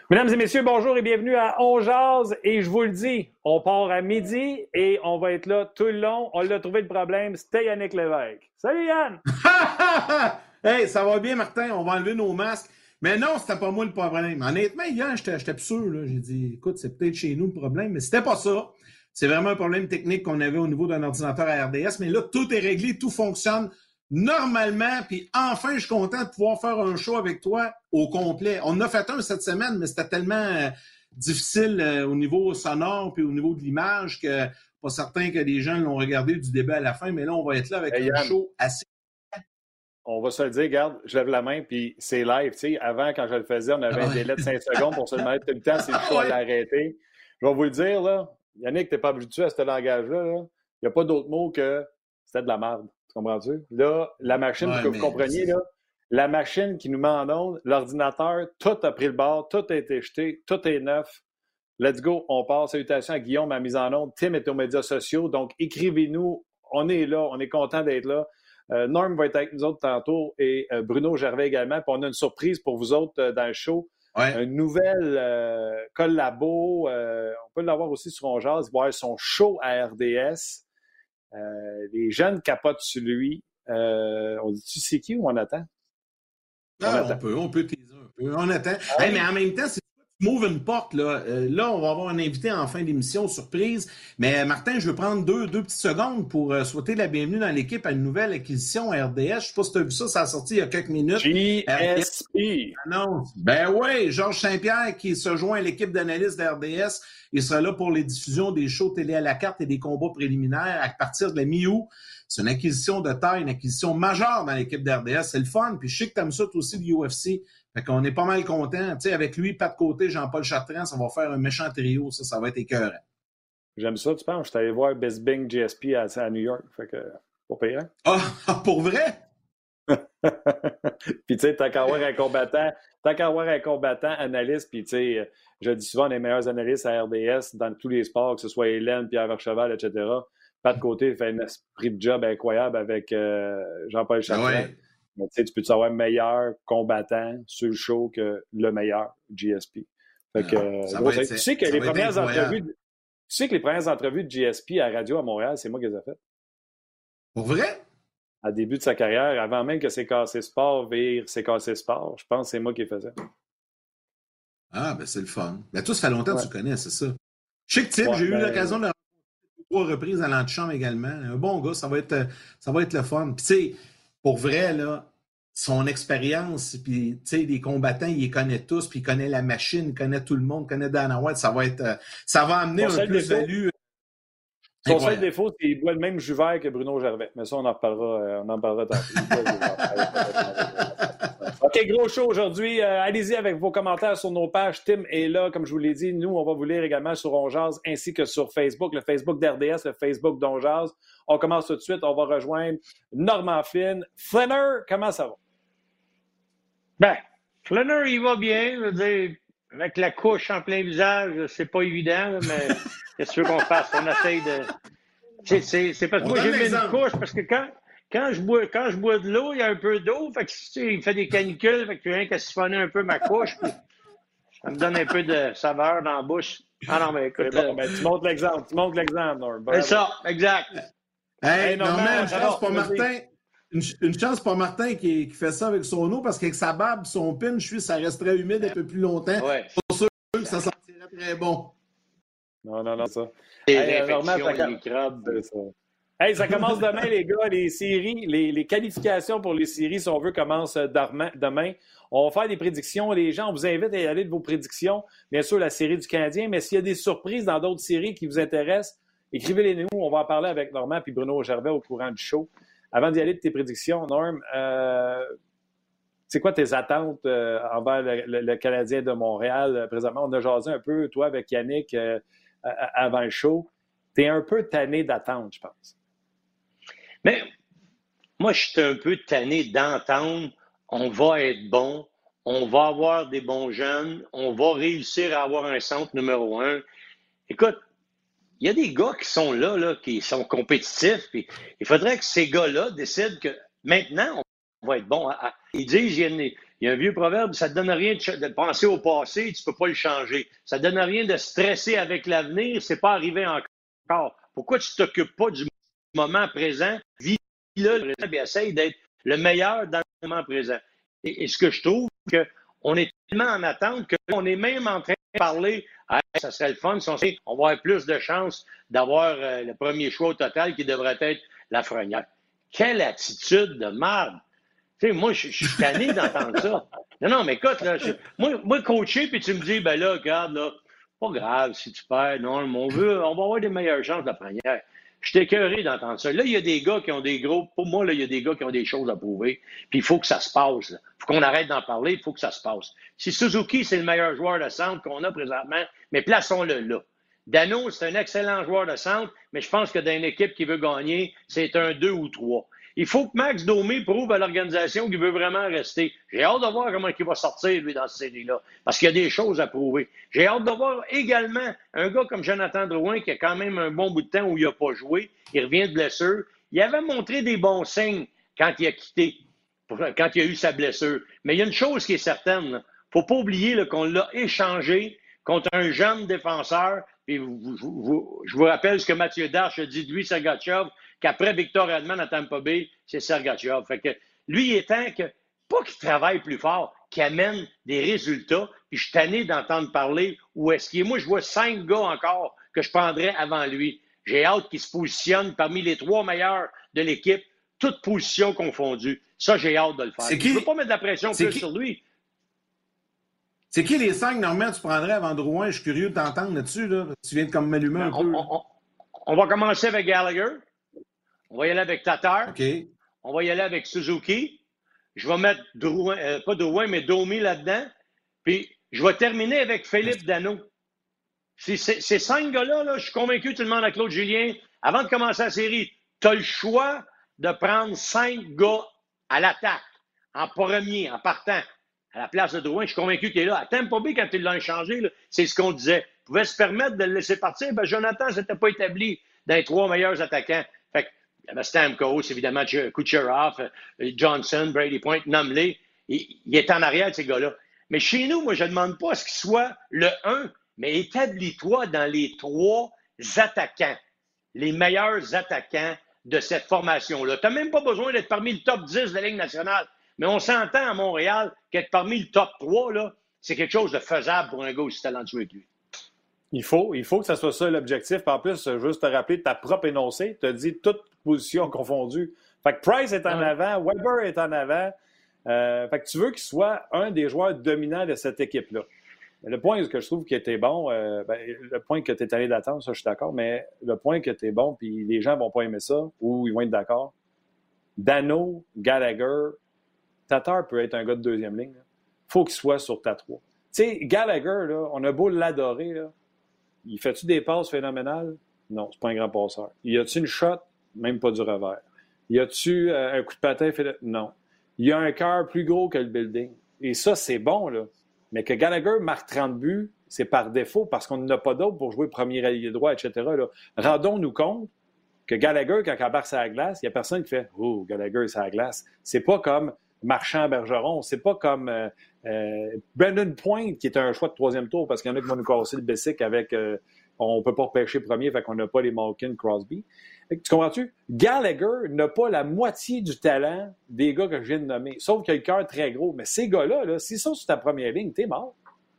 Mesdames et messieurs, bonjour et bienvenue à On Jase. Et je vous le dis, on part à midi et on va être là tout le long. On l'a trouvé le problème, c'était Yannick Lévesque. Salut Yann! Hey, ça va bien, Martin? On va enlever nos masques. Mais non, c'était pas moi le problème. Honnêtement, hier, j'étais plus sûr. Là. J'ai dit, écoute, c'est peut-être chez nous le problème, mais c'était pas ça. C'est vraiment un problème technique qu'on avait au niveau d'un ordinateur à RDS. Mais là, tout est réglé, tout fonctionne normalement. Puis enfin, je suis content de pouvoir faire un show avec toi au complet. On en a fait un cette semaine, mais c'était tellement difficile au niveau sonore puis au niveau de l'image que pas certain que les gens l'ont regardé du début à la fin. Mais là, on va être là avec un show assez... On va se le dire, regarde, je lève la main, puis c'est live. Tu sais, avant, quand je le faisais, on avait un délai de 5 secondes pour se demander tout le temps si le show allait arrêter. Je vais vous le dire, là, Yannick, t'es pas habitué à ce langage-là. Là. Il n'y a pas d'autre mot que c'était de la merde. Tu comprends-tu? Là, la machine, pour que vous compreniez, là, la machine qui nous met en onde, l'ordinateur, tout a pris le bord, tout a été jeté, tout est neuf. Let's go, on part. Salutations à Guillaume, à mise en onde. Tim est aux médias sociaux, donc écrivez-nous. On est là, on est content d'être là. Norm va être avec nous autres tantôt et Bruno Gervais également. Puis on a une surprise pour vous autres dans le show. Ouais. Une nouvelle collabo. On peut l'avoir aussi sur On Jase. Voir son show à RDS. Les jeunes capotent sur lui. On dit-tu c'est qui ou on attend? On peut teaser un peu. On attend. Hey, mais en même temps, c'est m'ouvre une porte, là. Là, on va avoir un invité en fin d'émission, surprise. Mais Martin, je veux prendre deux petites secondes pour souhaiter la bienvenue dans l'équipe à une nouvelle acquisition RDS. Je ne sais pas si tu as vu ça, ça a sorti il y a quelques minutes. GSP. Ben oui, Georges Saint-Pierre qui se joint à l'équipe d'analystes d'RDS. Il sera là pour les diffusions des shows télé à la carte et des combats préliminaires à partir de la mi-août. C'est une acquisition de taille, une acquisition majeure dans l'équipe d'RDS. C'est le fun. Puis je sais que tu aimes ça, toi aussi, le UFC. Fait qu'on est pas mal contents. Tu sais, avec lui, Pat Côté, Jean-Paul Chartrand, ça va faire un méchant trio. Ça va être écœurant. J'aime ça, tu penses? Je suis allé voir Best Bing GSP à New York. Fait que, pour payer. Pour vrai? Puis, tu sais, t'as qu'à avoir un combattant analyste. Puis, tu sais, je dis souvent, les meilleurs analystes à RDS dans tous les sports, que ce soit Hélène, Pierre Vercheval, etc. Pat Côté fait un esprit de job incroyable avec Jean-Paul Chartrand. Ouais. Mais tu sais, tu peux savoir meilleur combattant sur le show que le meilleur GSP. Fait que, tu sais que les premières entrevues de GSP à radio à Montréal, c'est moi qui les ai faites. Pour vrai? À début de sa carrière, avant même que C'est Cassé Sport vire C'est Cassé Sport, je pense que c'est moi qui les faisais. Ah, ben c'est le fun. Ben toi, ça fait longtemps que tu connais, c'est ça. Je sais que Tim, j'ai eu l'occasion de le rencontrer 3 reprises à l'antichambre également. Un bon gars, ça va être le fun. Puis tu sais, pour vrai, là, son expérience, puis tu sais, les combattants, il les connaît tous, puis il connaît la machine, il connaît tout le monde, il connaît Dana White, ça va amener un plus-value. Son seul défaut, c'est qu'il boit le même jus vert que Bruno Gervais. Mais ça, on en reparlera tantôt. OK, gros show aujourd'hui. Allez-y avec vos commentaires sur nos pages. Tim est là, comme je vous l'ai dit. Nous, on va vous lire également sur On Jase ainsi que sur Facebook, le Facebook d'RDS, le Facebook d'On Jase. On commence tout de suite. On va rejoindre Normand Finn. Flanner, comment ça va? Ben, Flanner, il va bien. Je veux dire, avec la couche en plein visage, c'est pas évident, mais qu'est-ce que tu veux qu'on fasse? On essaye de... C'est parce que moi, j'ai mis une couche, parce que quand je bois de l'eau, il y a un peu d'eau, fait que il fait des canicules, fait que j'ai rien qu'à siphonner un peu ma couche, puis ça me donne un peu de saveur dans la bouche. Ah non, mais écoute... Bon, ben, tu montres l'exemple, Norm. C'est ça, exact. Hey, Normand, une chance pour Martin. Une chance pour Martin qui fait ça avec son eau, parce qu'avec sa barbe, son pinch, ça resterait humide un peu plus longtemps. Ouais. Pour sûr que ça sentirait très bon. Non, ça. Les microbes. Hey, ça commence demain, les gars. Les séries, les qualifications pour les séries, si on veut, commencent demain. On va faire des prédictions. Les gens, on vous invite à y aller de vos prédictions. Bien sûr, la série du Canadien, mais s'il y a des surprises dans d'autres séries qui vous intéressent, écrivez-les nous. On va en parler avec Normand et Bruno Gervais au courant du show. Avant d'y aller de tes prédictions, Norm, c'est quoi tes attentes envers le Canadien de Montréal présentement? On a jasé un peu, toi, avec Yannick, avant le show. T'es un peu tanné d'attendre, je pense. Mais moi, je suis un peu tanné d'entendre. On va être bon, on va avoir des bons jeunes, on va réussir à avoir un centre numéro 1. Écoute, il y a des gars qui sont là qui sont compétitifs. Puis il faudrait que ces gars-là décident que maintenant, va être bon. Ils disent, il y a un vieux proverbe, ça ne te donne rien de penser au passé, tu ne peux pas le changer. Ça ne te donne rien de stresser avec l'avenir, c'est pas arrivé encore. Pourquoi tu ne t'occupes pas du moment présent? Vis-le, et essaye d'être le meilleur dans le moment présent. Et ce que je trouve, qu'on est tellement en attente qu'on est même en train de parler, ça serait le fun si on va avoir plus de chances d'avoir le premier choix au total qui devrait être Lafrenière. Quelle attitude de merde! Tu sais, moi, je suis tanné d'entendre ça. Non, mais écoute, là, moi, coacher, puis tu me dis, ben là, regarde, là, pas grave si tu perds, non, on va avoir des meilleures chances de la première. Je suis écœuré d'entendre ça. Là, il y a des gars qui ont des gros. Pour moi, là, il y a des gars qui ont des choses à prouver. Puis il faut que ça se passe. Il faut qu'on arrête d'en parler. Il faut que ça se passe. Si Suzuki, c'est le meilleur joueur de centre qu'on a présentement, mais plaçons-le là. Dano, c'est un excellent joueur de centre, mais je pense que dans une équipe qui veut gagner, c'est un 2 ou 3. Il faut que Max Domi prouve à l'organisation qu'il veut vraiment rester. J'ai hâte de voir comment il va sortir, lui, dans cette série-là, parce qu'il y a des choses à prouver. J'ai hâte de voir également un gars comme Jonathan Drouin, qui a quand même un bon bout de temps où il n'a pas joué. Il revient de blessure. Il avait montré des bons signes quand il a quitté, quand il a eu sa blessure. Mais il y a une chose qui est certaine. Il ne faut pas oublier là, qu'on l'a échangé contre un jeune défenseur. Puis je vous rappelle ce que Mathieu Darche a dit de lui, Sergachev, qu'après Victor Hedman à Tampa Bay, c'est Sergachev. Fait que lui, il est temps que, pas qu'il travaille plus fort, qu'il amène des résultats. Puis je suis tanné d'entendre parler où est-ce qu'il est. Moi, je vois 5 gars encore que je prendrais avant lui. J'ai hâte qu'il se positionne parmi les 3 meilleurs de l'équipe, toutes positions confondues. Ça, j'ai hâte de le faire. Je ne veux pas mettre de la pression plus sur lui. C'est qui les 5, normalement, tu prendrais avant Drouin? Je suis curieux de t'entendre là-dessus. Là. Tu viens de comme m'allumer un peu. On va commencer avec Gallagher. On va y aller avec Tatar. Okay. On va y aller avec Suzuki. Je vais mettre Drouin, pas Drouin, mais Domi là-dedans. Puis, je vais terminer avec Philippe Dano. Ces 5 gars-là, là, je suis convaincu, tu demandes à Claude Julien, avant de commencer la série, tu as le choix de prendre 5 gars à l'attaque, en premier, en partant. À la place de Drouin, je suis convaincu qu'il est là. À Tampa Bay, quand ils l'ont échangé, là, c'est ce qu'on disait. Il pouvait se permettre de le laisser partir. Ben, Jonathan, ça n'était pas établi dans les 3 meilleurs attaquants. Fait que, il y avait Stamkos, évidemment, Kucherov, Johnson, Brady Point, nomme-les. Il est en arrière de ces gars-là. Mais chez nous, moi, je ne demande pas à ce qu'il soit le 1, mais établis-toi dans les 3 attaquants, les meilleurs attaquants de cette formation-là. Tu n'as même pas besoin d'être parmi le top 10 de la Ligue nationale. Mais on s'entend à Montréal qu'être parmi le top 3, là, c'est quelque chose de faisable pour un gars aussi talentueux que lui. Il faut que ça soit ça l'objectif. En plus, juste te rappeler ta propre énoncé, tu as dit toutes positions confondues. Fait que Price est en avant, Weber est en avant. Fait que tu veux qu'il soit un des joueurs dominants de cette équipe-là. Le point que je trouve qui était bon, le point que tu es allé d'attendre, ça, je suis d'accord, mais le point que tu es bon, puis les gens ne vont pas aimer ça, ou ils vont être d'accord. Dano, Gallagher, Tatar peut être un gars de deuxième ligne. Il faut qu'il soit sur ta 3. Tu sais, Gallagher, là, on a beau l'adorer, là, il fait-tu des passes phénoménales? Non, c'est pas un grand passeur. Y a-tu une shot? Même pas du revers. Y a-tu un coup de patin? Non. Il y a un cœur plus gros que le building. Et ça, c'est bon, là. Mais que Gallagher marque 30 buts, c'est par défaut parce qu'on n'a pas d'autres pour jouer premier allié droit, etc. Là. Rendons-nous compte que Gallagher, quand il embarque sur la glace, il n'y a personne qui fait « Oh, Gallagher, c'est la glace ». C'est pas comme Marchand-Bergeron, c'est pas comme Brandon Point, qui est un choix de 3e tour, parce qu'il y en a qui vont nous casser le basic avec on ne peut pas repêcher premier, fait qu'on n'a pas les Malkin, Crosby. Tu comprends-tu? Gallagher n'a pas la moitié du talent des gars que je viens de nommer, sauf qu'il a le cœur très gros. Mais ces gars-là, là, s'ils sont sur ta première ligne, t'es mort.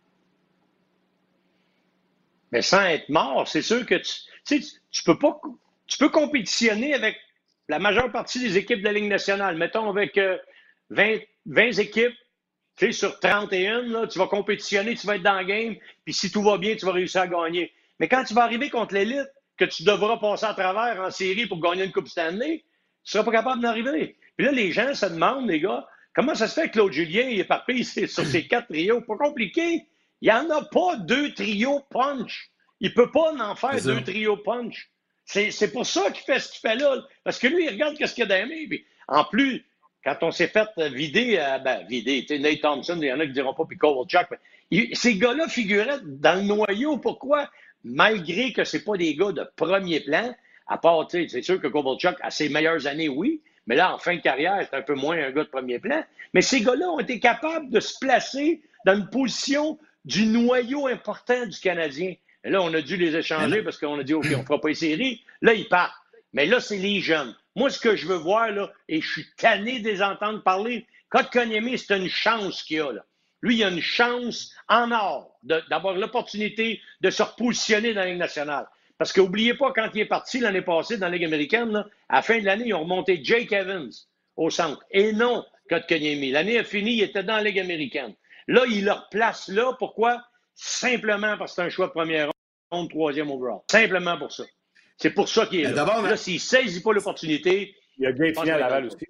Mais sans être mort, c'est sûr que tu peux compétitionner avec la majeure partie des équipes de la Ligue nationale. Mettons avec 20 équipes, tu sais, sur 31, là, tu vas compétitionner, tu vas être dans le game, puis si tout va bien, tu vas réussir à gagner. Mais quand tu vas arriver contre l'élite, que tu devras passer à travers en série pour gagner une Coupe Stanley, tu ne seras pas capable d'en arriver. Puis là, les gens se demandent, les gars, comment ça se fait que Claude Julien est éparpillé sur ces 4 trios? Pas compliqué. Il n'y en a pas 2 trios punch. Il ne peut pas en faire 2 trios punch. C'est pour ça qu'il fait ce qu'il fait là. Parce que lui, il regarde ce qu'il y a dans les mains. Puis, en plus, quand on s'est fait vider, Nate Thompson, il y en a qui ne diront pas, puis Kovalchuk, mais ces gars-là figuraient dans le noyau. Pourquoi? Malgré que ce n'est pas des gars de premier plan, à part, c'est sûr que Kovalchuk, à ses meilleures années, oui, Mais là, en fin de carrière, c'est un peu moins un gars de premier plan. Mais ces gars-là ont été capables de se placer dans une position du noyau important du Canadien. Et là, on a dû les échanger parce qu'on a dit, OK, on ne fera pas les séries. Là, ils partent. Mais là, c'est les jeunes. Moi, ce que je veux voir, là, et je suis tanné de les entendre parler, Kotkaniemi, c'est une chance qu'il a, là. Lui, il a une chance en or d'avoir l'opportunité de se repositionner dans la Ligue nationale. Parce qu'oubliez pas, quand il est parti l'année passée dans la Ligue américaine, là, à la fin de l'année, ils ont remonté Jake Evans au centre. Et non Kotkaniemi. L'année a fini, il était dans la Ligue américaine. Là, il le replace là. Pourquoi? Simplement parce que c'est un choix de première ronde, troisième overall. Simplement pour ça. C'est pour ça qu'il est là. Là, s'il ne saisit pas l'opportunité... Il a bien fini à Laval aussi.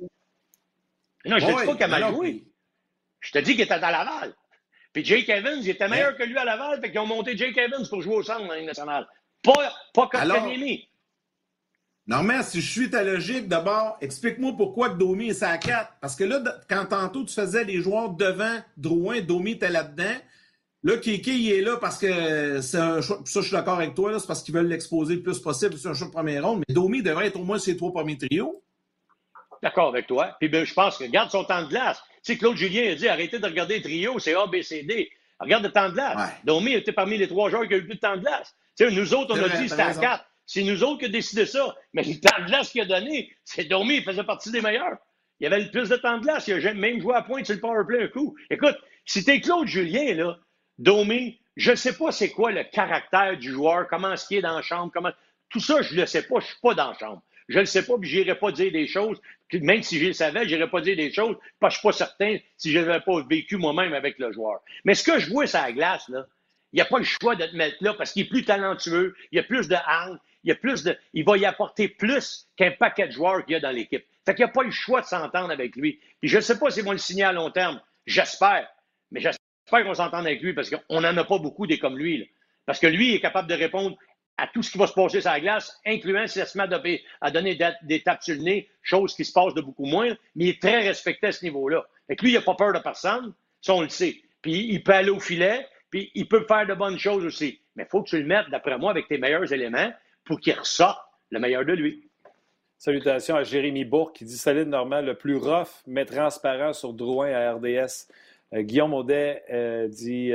Non, je ne te dis pas qu'il a mal joué. Je te dis qu'il était à Laval. Puis Jake Evans, il était meilleur que lui à Laval, fait qu'ils ont monté Jake Evans pour jouer au centre dans la Ligue nationale. Pas Kotkaniemi. Normand, si je suis ta logique, d'abord, explique-moi pourquoi Domi est sa 4. Parce que là, quand tantôt tu faisais les joueurs devant Drouin, Domi était là-dedans. Là, Kéké, il est là parce que c'est un choix. Ça, je suis d'accord avec toi, là, c'est parce qu'ils veulent l'exposer le plus possible sur un choix de première ronde. Mais Domi devrait être au moins ses 3 premiers trios. D'accord avec toi. Puis ben, je pense que regarde son temps de glace. Tu sais, Claude Julien a dit arrêtez de regarder les trios, c'est A, B, C, D. Regarde le temps de glace. Ouais. Domi était parmi les 3 joueurs qui ont eu le plus de temps de glace. Tu sais, nous autres, on a dit c'était à 4. C'est nous autres qui avons décidé ça. Mais le temps de glace qu'il a donné, c'est Domi, il faisait partie des meilleurs. Il avait le plus de temps de glace. Il a même joué à pointe sur le powerplay un coup. Écoute, si t'es Claude Julien, là, Domi, je ne sais pas c'est quoi le caractère du joueur, comment est-ce qu'il est dans la chambre, comment... Tout ça, je ne le sais pas, je ne suis pas dans la chambre. Je ne le sais pas, puis je n'irai pas dire des choses. Même si je le savais, je n'irai pas dire des choses, parce que je ne suis pas certain si je n'avais pas vécu moi-même avec le joueur. Mais ce que je vois sur la glace, là, il n'y a pas le choix de te mettre là parce qu'il est plus talentueux, il y a plus de hargne, il va y apporter plus qu'un paquet de joueurs qu'il y a dans l'équipe. Fait qu'il n'y a pas le choix de s'entendre avec lui. Puis je ne sais pas si vont le signer à long terme. J'espère. Mais j'espère qu'on s'entende avec lui parce qu'on n'en a pas beaucoup des comme lui. Là. Parce que lui, il est capable de répondre à tout ce qui va se passer sur la glace, incluant s'il se met à donner des tapes sur le nez, chose qui se passe de beaucoup moins, mais il est très respecté à ce niveau-là. Fait que lui, il n'a pas peur de personne, ça on le sait. Puis il peut aller au filet, puis il peut faire de bonnes choses aussi. Mais il faut que tu le mettes, d'après moi, avec tes meilleurs éléments pour qu'il ressorte le meilleur de lui. Salutations à Jérémy Bourque qui dit « Salut Normand, le plus rough mais transparent sur Drouin à RDS ». Guillaume Audet dit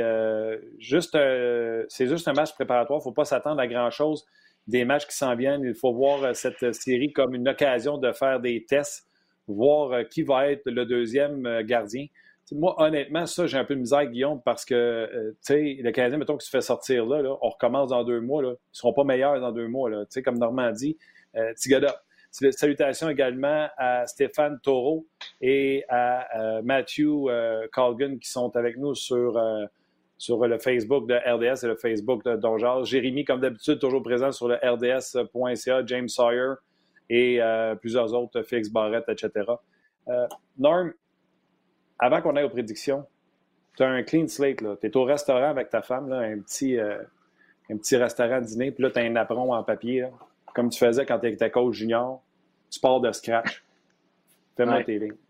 c'est juste un match préparatoire, il ne faut pas s'attendre à grand-chose des matchs qui s'en viennent. Il faut voir cette série comme une occasion de faire des tests, voir qui va être le deuxième gardien. T'sais, moi, honnêtement, ça, j'ai un peu de misère, Guillaume, parce que le Canadien, mettons qu'il se fait sortir là, on recommence dans 2 mois. Là, ils ne seront pas meilleurs dans 2 mois. Là, comme Normand dit, Tigada. Salutations également à Stéphane Taureau et à Matthew Colgan qui sont avec nous sur le Facebook de RDS et le Facebook de Donjard. Jérémy, comme d'habitude, toujours présent sur le rds.ca, James Sawyer et plusieurs autres, Félix Barrette, etc. Norm, avant qu'on aille aux prédictions, tu as un clean slate. Tu es au restaurant avec ta femme, là, un petit restaurant dîner, puis là, tu as un apron en papier, là. Comme tu faisais quand tu étais coach junior, tu pars de scratch. Fais-moi tes lignes.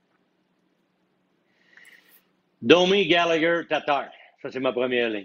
Domi, Gallagher, Tatar. Ça, c'est ma première ligne.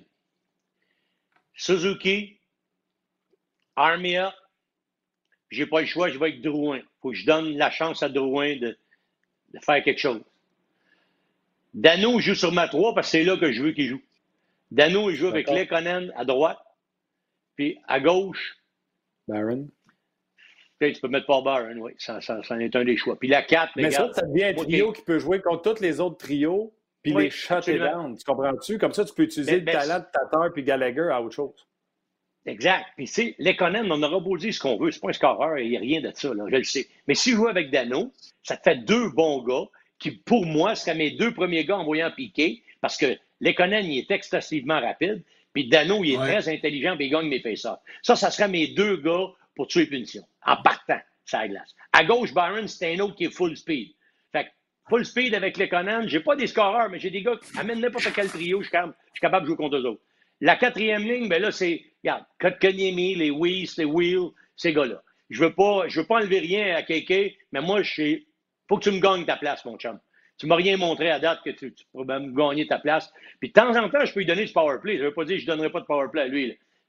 Suzuki, Armia. J'ai pas le choix, je vais avec Drouin. Il faut que je donne la chance à Drouin de faire quelque chose. Dano joue sur ma 3 parce que c'est là que je veux qu'il joue. Dano, il joue avec Lekonen à droite. Puis à gauche, Barron. Tu peux mettre Paul Barron, oui. Ça en est un des choix. Puis la 4, mais regarde, ça devient un trio qui peut jouer contre tous les autres trios, puis les shutter down. Tu comprends-tu? Comme ça, tu peux utiliser le talent de Tatar puis Gallagher à autre chose. Exact. Puis, tu sais, Lekonen, on aura beau dire ce qu'on veut. C'est pas un scoreur, il n'y a rien de ça, là, je le sais. Mais si je joue avec Dano, ça te fait 2 bons gars qui, pour moi, seraient mes 2 premiers gars envoyés en piqué, parce que Lekonen, il est excessivement rapide, puis Dano, il est très intelligent, puis il gagne mes face-offs. Ça serait mes 2 gars pour tuer punition, en partant sur la glace. À gauche, Byron, c'est un autre qui est full speed. Fait que full speed avec Lekonen, j'ai pas des scoreurs, mais j'ai des gars qui amènent n'importe quel trio, je suis capable de jouer contre eux autres. La 4e ligne, ben là, c'est, regarde, Kotkaniemi, les Weiss, les Wheel, ces gars-là. Je veux pas enlever rien à Kéké, mais moi, faut que tu me gagnes ta place, mon chum. Tu m'as rien montré à date que tu pourrais me gagner ta place. Puis de temps en temps, je peux lui donner du powerplay. Je veux pas dire que je donnerai pas de powerplay à lui, là.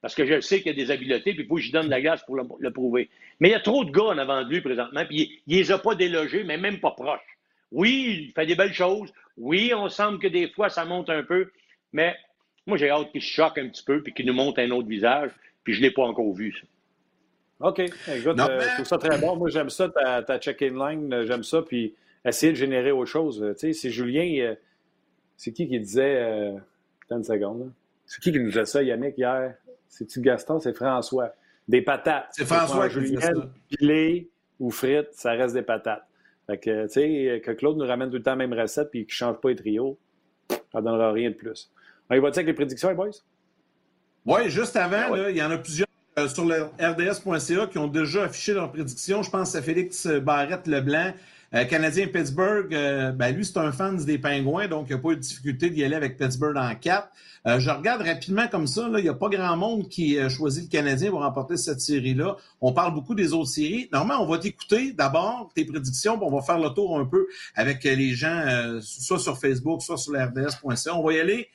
parce que je sais qu'il y a des habiletés, puis il faut que je lui donne la glace pour le prouver. Mais il y a trop de gars en avant de lui présentement, puis il les a pas délogés, mais même pas proches. Oui, il fait des belles choses. Oui, on semble que des fois, ça monte un peu, mais moi, j'ai hâte qu'il se choque un petit peu, puis qu'il nous montre un autre visage, puis je ne l'ai pas encore vu, ça. OK. Écoute, je trouve ça très bon. Moi, j'aime ça, ta check-in line. J'aime ça. Puis essayer de générer autre chose. Tu sais, c'est Julien. C'est qui disait. Attends une seconde. Là. C'est qui nous disait ça, Yannick, hier? C'est-tu Gaston? C'est François. Des patates. C'est François qui disait ça. Pilé ou frites, ça reste des patates. Fait que, tu sais, que Claude nous ramène tout le temps la même recette puis qu'il ne change pas les trios, ça ne donnera rien de plus. On y va-tu avec les prédictions, les boys? Oui, juste avant, là, il y en a plusieurs sur le RDS.ca qui ont déjà affiché leurs prédictions. Je pense à Félix Barrette-Leblanc, Canadien Pittsburgh. Lui, c'est un fan des Pingouins, donc il n'y a pas eu de difficulté d'y aller avec Pittsburgh en 4. Je regarde rapidement comme ça, il n'y a pas grand monde qui choisit le Canadien pour remporter cette série-là. On parle beaucoup des autres séries. Normalement, on va t'écouter d'abord tes prédictions, puis on va faire le tour un peu avec les gens, soit sur Facebook, soit sur le RDS.ca. On va y aller.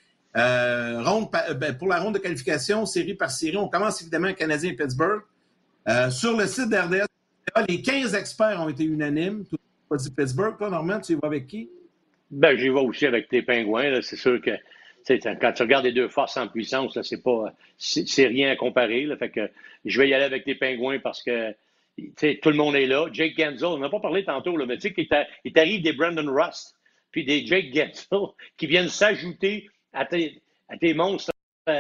Pour la ronde de qualification, série par série, on commence évidemment Canadien et Pittsburgh. Sur le site d'RDS, les 15 experts ont été unanimes. Tout le monde a dit Pittsburgh. Toi, Normand, tu y vas avec qui? Ben, j'y vais aussi avec les Pingouins. Là. C'est sûr que quand tu regardes les deux forces en puissance, là, c'est rien à comparer. Là. Fait que je vais y aller avec les Pingouins parce que tout le monde est là. Jake Gensel, on n'a pas parlé tantôt, là, mais tu sais qu'il t'arrive des Brandon Rust puis des Jake Gensel qui viennent s'ajouter à tes monstres,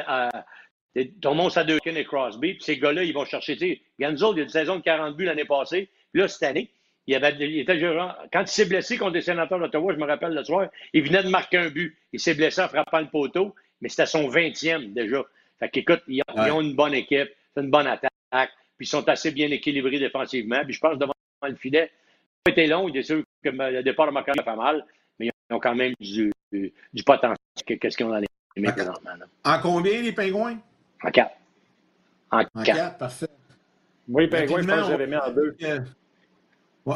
ton monstre à Durkin et Crosby, puis ces gars-là, ils vont chercher, tu sais, Gensel, il a une saison de 40 buts l'année passée, puis là, cette année, il était quand il s'est blessé contre les Sénateurs d'Ottawa, je me rappelle le soir, il venait de marquer un but, il s'est blessé en frappant le poteau, mais c'était son 20e déjà. Fait qu'écoute, ils ont une bonne équipe, c'est une bonne attaque, puis ils sont assez bien équilibrés défensivement, puis je pense devant le filet, ça a été long, il est sûr que le départ de Marc-André a fait mal, mais ils ont quand même du potentiel. Qu'est-ce qu'ils ont dans les mains présentement? En combien, les Pingouins? En 4. En 4, parfait. Moi, les Pingouins, je pense que j'avais mis en 2. Ouais.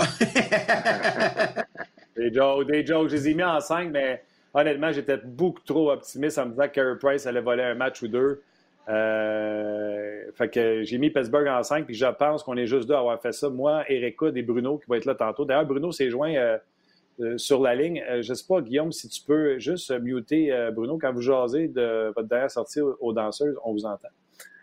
Des jokes. Je les ai mis en 5, mais honnêtement, j'étais beaucoup trop optimiste en me disant que Carey Price allait voler un match ou deux. Fait que j'ai mis Pittsburgh en 5, puis je pense qu'on est juste deux à avoir fait ça. Moi, Eric Hood et Bruno qui va être là tantôt. D'ailleurs, Bruno s'est joint sur la ligne. Je ne sais pas, Guillaume, si tu peux juste muter Bruno. Quand vous jasez de votre dernière sortie aux danseuses, on vous entend.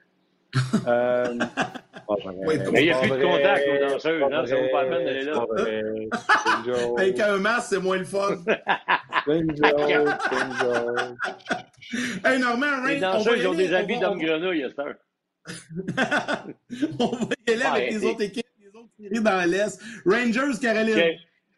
Mais il n'y a plus de contact aux danseuses. Non, ça ne vaut pas la peine d'aller là. Avec un masque, c'est moins le fun. C'est une joke. Hey, Normand, les danseuses, ils ont des habits d'homme grenouille à cette heure. On va y aller avec les autres équipes, les autres séries dans l'Est. Rangers, Caroline. Okay.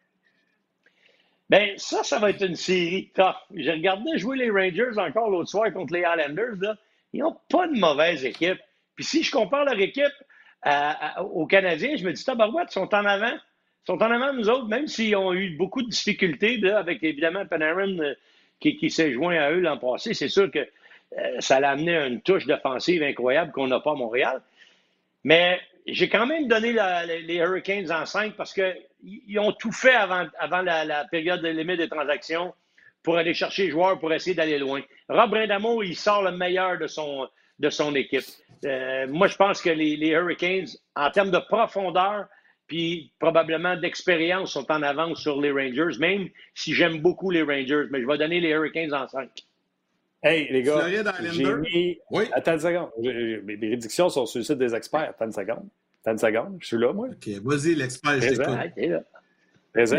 Ben, ça va être une série tough. J'ai regardé jouer les Rangers encore l'autre soir contre les Islanders. Là. Ils n'ont pas de mauvaise équipe. Puis si je compare leur équipe aux Canadiens, je me dis, tabarouette, ils sont en avant. Ils sont en avant de nous autres, même s'ils ont eu beaucoup de difficultés là, avec évidemment Panarin qui s'est joint à eux l'an passé. C'est sûr que ça l'a amené à une touche défensive incroyable qu'on n'a pas à Montréal. Mais j'ai quand même donné les Hurricanes en 5 parce qu'ils ont tout fait avant la période de limite des transactions pour aller chercher les joueurs pour essayer d'aller loin. Rob Brind'Amour, il sort le meilleur de son équipe. Moi, je pense que les Hurricanes, en termes de profondeur puis probablement d'expérience, sont en avance sur les Rangers, même si j'aime beaucoup les Rangers. Mais je vais donner les Hurricanes en 5. Hey, les gars, j'ai mis... Oui. Attends une seconde. Mes prédictions sont sur le site des experts. Attends une seconde. Je suis là, moi. OK, vas-y, l'expert, je t'écoute. Présent.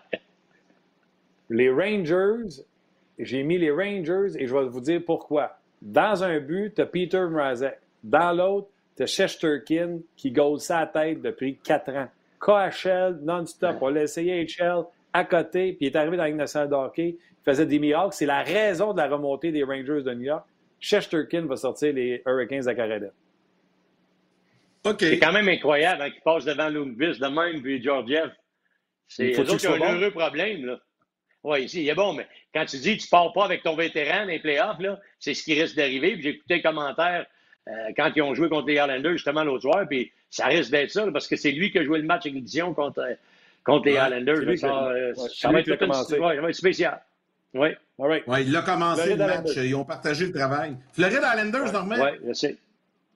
Les Rangers, j'ai mis les Rangers et je vais vous dire pourquoi. Dans un but, tu as Peter Mrazek. Dans l'autre, tu as Shesterkin qui goal sa tête depuis 4 ans. KHL, non-stop. On l'a essayé HL à côté, puis il est arrivé dans la Ligue nationale de hockey. Il faisait des miracles. C'est la raison de la remontée des Rangers de New York. Shesterkin va sortir les Hurricanes de Caroline. Okay. C'est quand même incroyable hein, qu'il passe devant Lundqvist de même, puis Georgiev. C'est eux autres qui ont un heureux problème, là. Oui, ici, il est bon, mais quand tu dis que tu ne pars pas avec ton vétéran dans les playoffs, là, c'est ce qui risque d'arriver. Puis j'ai écouté les commentaires quand ils ont joué contre les Islanders, justement, l'autre soir, puis ça risque d'être ça, là, parce que c'est lui qui a joué le match avec l'édition contre les Islanders. Ça va être spécial. Oui. Ouais, il a commencé le match. Ils ont partagé le travail. Floride Islanders, Normand? Oui, je sais.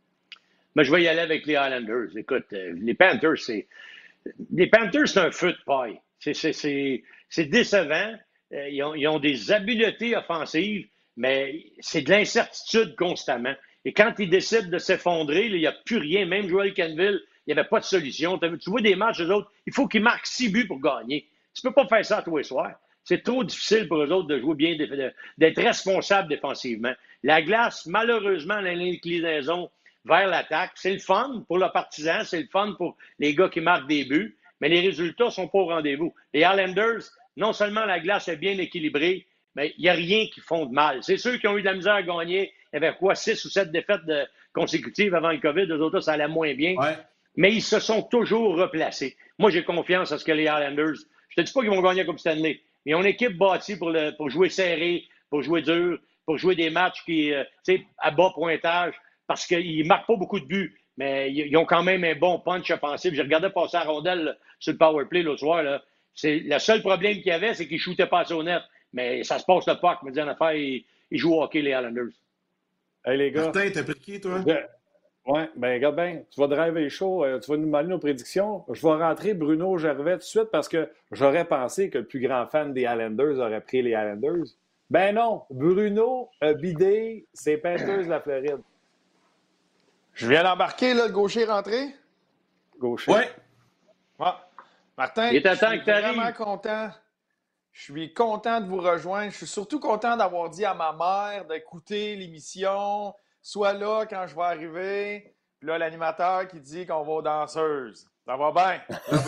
Mais je vais y aller avec les Islanders. Écoute, les Panthers, c'est un feu de paille. C'est décevant. Ils ont des habiletés offensives, mais c'est de l'incertitude constamment. Et quand ils décident de s'effondrer, il n'y a plus rien. Même Joel Canville, il n'y avait pas de solution. Tu vois des matchs, eux autres, il faut qu'ils marquent 6 buts pour gagner. Tu ne peux pas faire ça tous les soirs. C'est trop difficile pour eux autres de jouer bien, d'être responsables défensivement. La glace, malheureusement, l'inclinaison vers l'attaque, c'est le fun pour le partisan, c'est le fun pour les gars qui marquent des buts, mais les résultats ne sont pas au rendez-vous. Les Islanders, non seulement la glace est bien équilibrée, mais il n'y a rien qui font de mal. C'est ceux qui ont eu de la misère à gagner. Il y avait 6 ou 7 défaites consécutives avant le COVID. Eux autres, ça allait moins bien. Ouais. Mais ils se sont toujours replacés. Moi, j'ai confiance à ce que les Islanders, je ne te dis pas qu'ils vont gagner la Coupe Stanley, mais ils ont une équipe bâtie pour jouer serré, pour jouer dur, pour jouer des matchs à bas pointage, parce qu'ils ne marquent pas beaucoup de buts, mais ils ont quand même un bon punch offensif. J'ai regardé passer la rondelle sur le power play l'autre soir. Là. Le seul problème qu'il y avait, c'est qu'ils ne shootaient pas au net. Mais ça se passe le puck. Me dit en affaire, ils jouent au hockey, les Islanders. Hey, les gars. Martin, t'as pris qui, toi? Oui, bien, regarde bien. Tu vas driver chaud. Tu vas nous demander nos prédictions. Je vais rentrer Bruno Gervais tout de suite parce que j'aurais pensé que le plus grand fan des Islanders aurait pris les Islanders. Ben non. Bruno a bidé ses Panthers de la Floride. Je viens d'embarquer, là, le gaucher rentré. Gaucher. Oui. Ouais. Martin, Il est à je temps suis que t'arrives. vraiment content. Je suis content de vous rejoindre. Je suis surtout content d'avoir dit à ma mère d'écouter l'émission. Sois là quand je vais arriver. Puis là, l'animateur qui dit qu'on va aux danseuses. Ça va bien.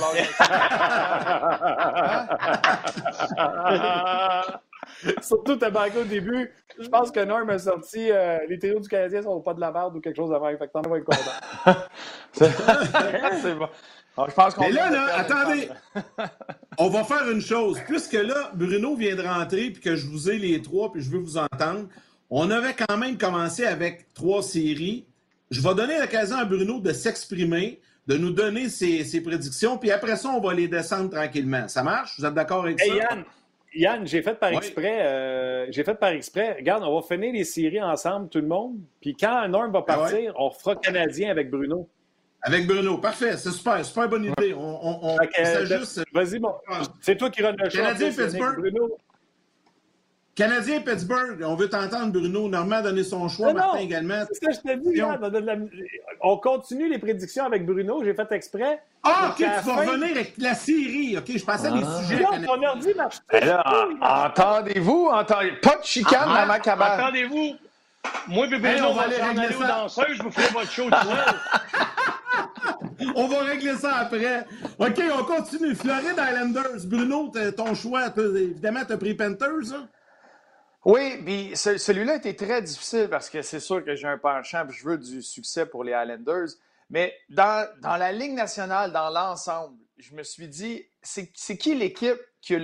Surtout, t'as manqué au début. Je pense que Norm a sorti les trios du Canadien sont pas de la merde ou quelque chose de même. Fait que t'en vas être content. C'est bon. Alors, je pense qu'on Mais là, attendez. On va faire une chose. Puisque là, Bruno vient de rentrer puis que je vous ai les trois puis je veux vous entendre, on avait quand même commencé avec 3 séries. Je vais donner l'occasion à Bruno de s'exprimer, de nous donner ses prédictions, puis après ça, on va les descendre tranquillement. Ça marche? Vous êtes d'accord avec ça? Yann, j'ai fait par exprès. Regarde, on va finir les séries ensemble, tout le monde. Puis quand Norm va partir, on refera Canadien avec Bruno. Avec Bruno. Parfait. C'est super bonne idée. On juste... Vas-y, bon. C'est toi qui rends le choix. Canadien-Pittsburgh. Bruno. Canadien-Pittsburgh. On veut t'entendre, Bruno. Normand a donné son choix. Martin également. C'est ce que je t'ai dit, Yann. On continue les prédictions avec Bruno. J'ai fait exprès. Ah, OK, tu vas revenir avec la série. OK, je pensais à des sujets. Ton ordi marche. Entendez-vous? Pas de chicane dans ma cabane. Attendez-vous. Moi, Bruno, on va aller aux danseuses. Vous ferez votre show tout seul. On va régler ça après. OK, on continue. Floride Islanders. Bruno, ton choix, évidemment, tu as pris Panthers. Hein? Oui, puis celui-là était très difficile parce que c'est sûr que j'ai un penchant et je veux du succès pour les Islanders. Mais dans la Ligue nationale, dans l'ensemble, je me suis dit, c'est qui l'équipe qui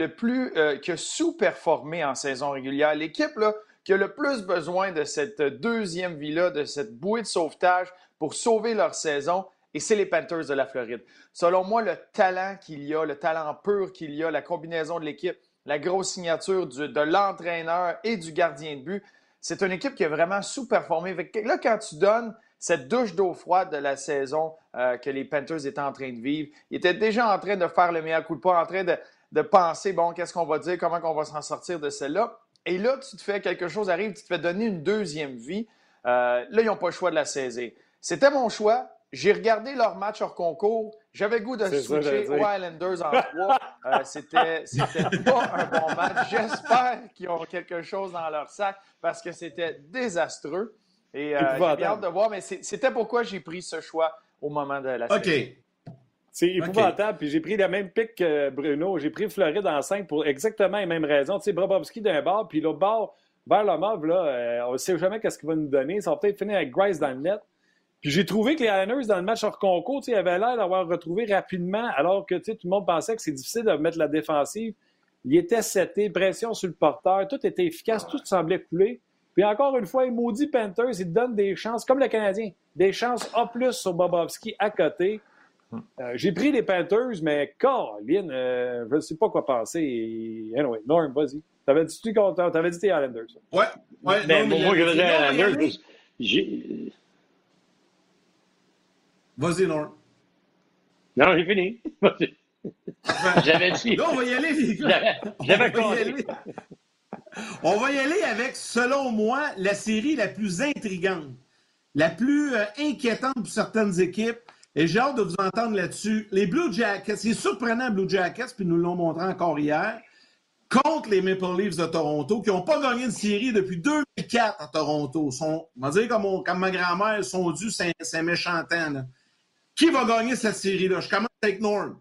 a sous-performé en saison régulière? L'équipe là, qui a le plus besoin de cette deuxième vie-là, de cette bouée de sauvetage pour sauver leur saison, et c'est les Panthers de la Floride. Selon moi, le talent qu'il y a, le talent pur qu'il y a, la combinaison de l'équipe, la grosse signature de l'entraîneur et du gardien de but, c'est une équipe qui a vraiment sous-performé. Là, quand tu donnes cette douche d'eau froide de la saison que les Panthers étaient en train de vivre, ils étaient déjà en train de faire le meilleur coup de pas, en train de penser, bon, qu'est-ce qu'on va dire, comment on va s'en sortir de celle-là. Et là, tu te fais quelque chose arrive, tu te fais donner une deuxième vie. Là, ils n'ont pas le choix de la saisir. C'était mon choix. J'ai regardé leur match hors concours. J'avais le goût de switcher aux Islanders en 3. C'était pas un bon match. J'espère qu'ils ont quelque chose dans leur sac parce que c'était désastreux. Et j'ai bien hâte de voir, mais c'était pourquoi j'ai pris ce choix au moment de la série. OK. C'est épouvantable. Puis j'ai pris la même pique que Bruno. J'ai pris Floride en 5 pour exactement les mêmes raisons. Tu sais, Bobrovski d'un bord, puis l'autre bord, vers le mauve, là, on ne sait jamais qu'est-ce qu'il va nous donner. Ça va peut-être finir avec Grice dans le net. Puis j'ai trouvé que les Islanders, dans le match hors concours, ils avaient l'air d'avoir retrouvé rapidement, alors que tout le monde pensait que c'est difficile de mettre la défensive. Ils étaient setés, pression sur le porteur, tout était efficace, tout semblait couler. Puis encore une fois, les maudits Panthers, ils donnent des chances, comme le Canadien, des chances A+ sur Bobrovski à côté. J'ai pris les Panthers, mais Caroline, je ne sais pas quoi penser. Anyway, Norm, vas-y. T'avais dit tes Islanders. Ouais. Mais moi, je veux dire Islanders, Vas-y, Norm. Non, j'ai fini. J'avais dit. Là, on va y aller, les gars. On va y aller avec, selon moi, la série la plus intrigante, la plus inquiétante pour certaines équipes. Et j'ai hâte de vous entendre là-dessus. Les Blue Jackets, c'est surprenant, Blue Jackets, puis nous l'ont montré encore hier, contre les Maple Leafs de Toronto, qui n'ont pas gagné une série depuis 2004 à Toronto. On va dire comme ma grand-mère, ils sont dus, c'est méchant temps. Là. Qui va gagner cette série-là? Je commence avec Norm.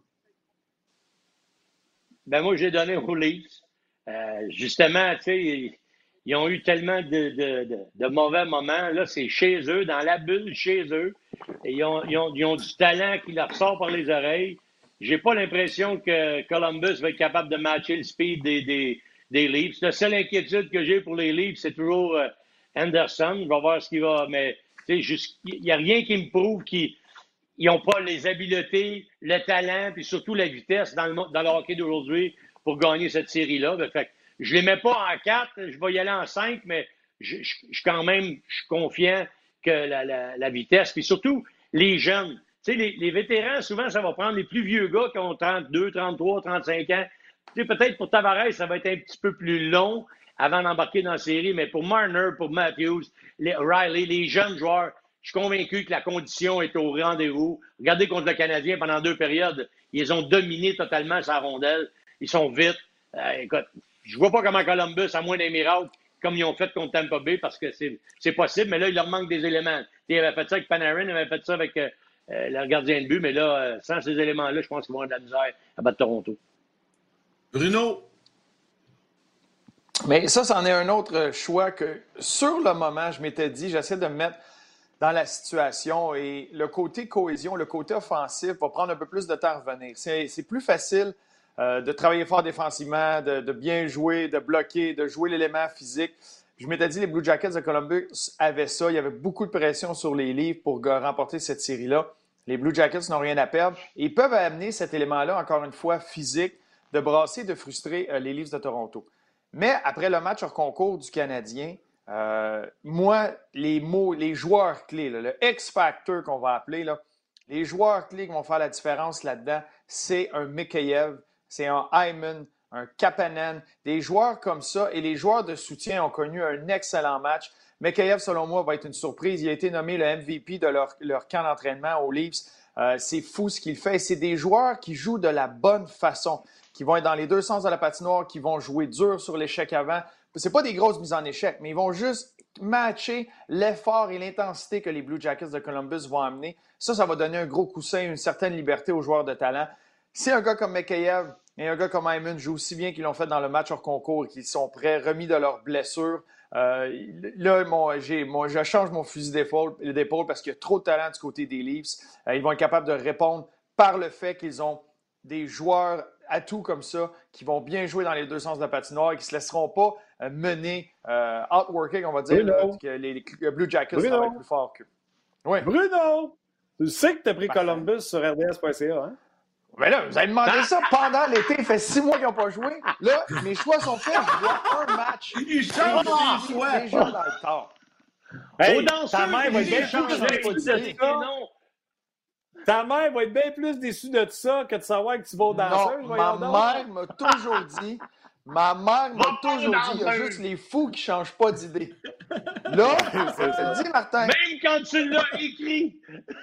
Ben moi, j'ai donné aux Leafs. Justement, tu sais, ils ont eu tellement de mauvais moments. Là, c'est chez eux, dans la bulle, chez eux. Et ils ont du talent qui leur sort par les oreilles. J'ai pas l'impression que Columbus va être capable de matcher le speed des Leafs. La seule inquiétude que j'ai pour les Leafs, c'est toujours Anderson. Je vais voir ce qu'il va... Mais, tu sais, il n'y a rien qui me prouve qu'ils n'ont pas les habiletés, le talent, puis surtout la vitesse dans le hockey d'aujourd'hui pour gagner cette série-là. Fait que je les mets pas en 4, je vais y aller en 5, mais je suis confiant que la vitesse, puis surtout les jeunes. Tu sais, les vétérans, souvent, ça va prendre les plus vieux gars qui ont 32, 33, 35 ans. Tu sais, peut-être pour Tavares, ça va être un petit peu plus long avant d'embarquer dans la série, mais pour Marner, pour Matthews, Riley, les jeunes joueurs, je suis convaincu que la condition est au rendez-vous. Regardez contre le Canadien pendant 2 périodes. Ils ont dominé totalement sa rondelle. Ils sont vite. Écoute, je vois pas comment Columbus, à moins d'un miracle, comme ils ont fait contre Tampa Bay, parce que c'est possible, mais là, il leur manque des éléments. Ils avaient fait ça avec Panarin, ils avaient fait ça avec leur gardien de but, mais là, sans ces éléments-là, je pense qu'ils vont avoir de la misère à battre Toronto. Bruno? Mais ça, c'en est un autre choix que, sur le moment, je m'étais dit, j'essaie de me mettre dans la situation et le côté cohésion, le côté offensif va prendre un peu plus de temps à revenir. C'est plus facile de travailler fort défensivement, de bien jouer, de bloquer, de jouer l'élément physique. Je m'étais dit, les Blue Jackets de Columbus avaient ça. Il y avait beaucoup de pression sur les Leafs pour remporter cette série-là. Les Blue Jackets n'ont rien à perdre. Et ils peuvent amener cet élément-là, encore une fois, physique, de brasser, de frustrer les Leafs de Toronto. Mais après le match hors concours du Canadien, moi, les joueurs clés, là, le X-Factor qu'on va appeler, là, les joueurs clés qui vont faire la différence là-dedans, c'est un Mikheyev, c'est un Hyman, un Kapanen, des joueurs comme ça. Et les joueurs de soutien ont connu un excellent match. Mikheyev, selon moi, va être une surprise. Il a été nommé le MVP de leur camp d'entraînement aux Leafs. C'est fou ce qu'il fait. C'est des joueurs qui jouent de la bonne façon, qui vont être dans les deux sens de la patinoire, qui vont jouer dur sur l'échec avant. C'est pas des grosses mises en échec, mais ils vont juste matcher l'effort et l'intensité que les Blue Jackets de Columbus vont amener. Ça va donner un gros coussin, une certaine liberté aux joueurs de talent. Si un gars comme Mikheyev et un gars comme Hyman jouent aussi bien qu'ils l'ont fait dans le match hors concours et qu'ils sont prêts, remis de leurs blessures, là, je change mon fusil d'épaule parce qu'il y a trop de talent du côté des Leafs. Ils vont être capables de répondre par le fait qu'ils ont des joueurs atouts comme ça qui vont bien jouer dans les deux sens de la patinoire et qui ne se laisseront pas mener outworking, on va dire, là, que les Blue Jackets vont être plus forts qu'eux. Oui. Bruno! Tu sais que tu as pris Columbus sur RDS.ca, hein? Mais là, vous avez demandé ça pendant l'été. Il fait 6 mois qu'ils n'ont pas joué. Là, mes choix sont faits. Je vois un match. Ils changent les choix. Déjà dans le temps. Hey, ta mère va être bien plus déçue de ça. Ta mère va être bien plus déçue de ça que de savoir que tu vas aux danseuses. Non, ma mère m'a toujours dit... il y a juste les fous qui ne changent pas d'idée. Là, dis, Martin. Même quand tu l'as écrit.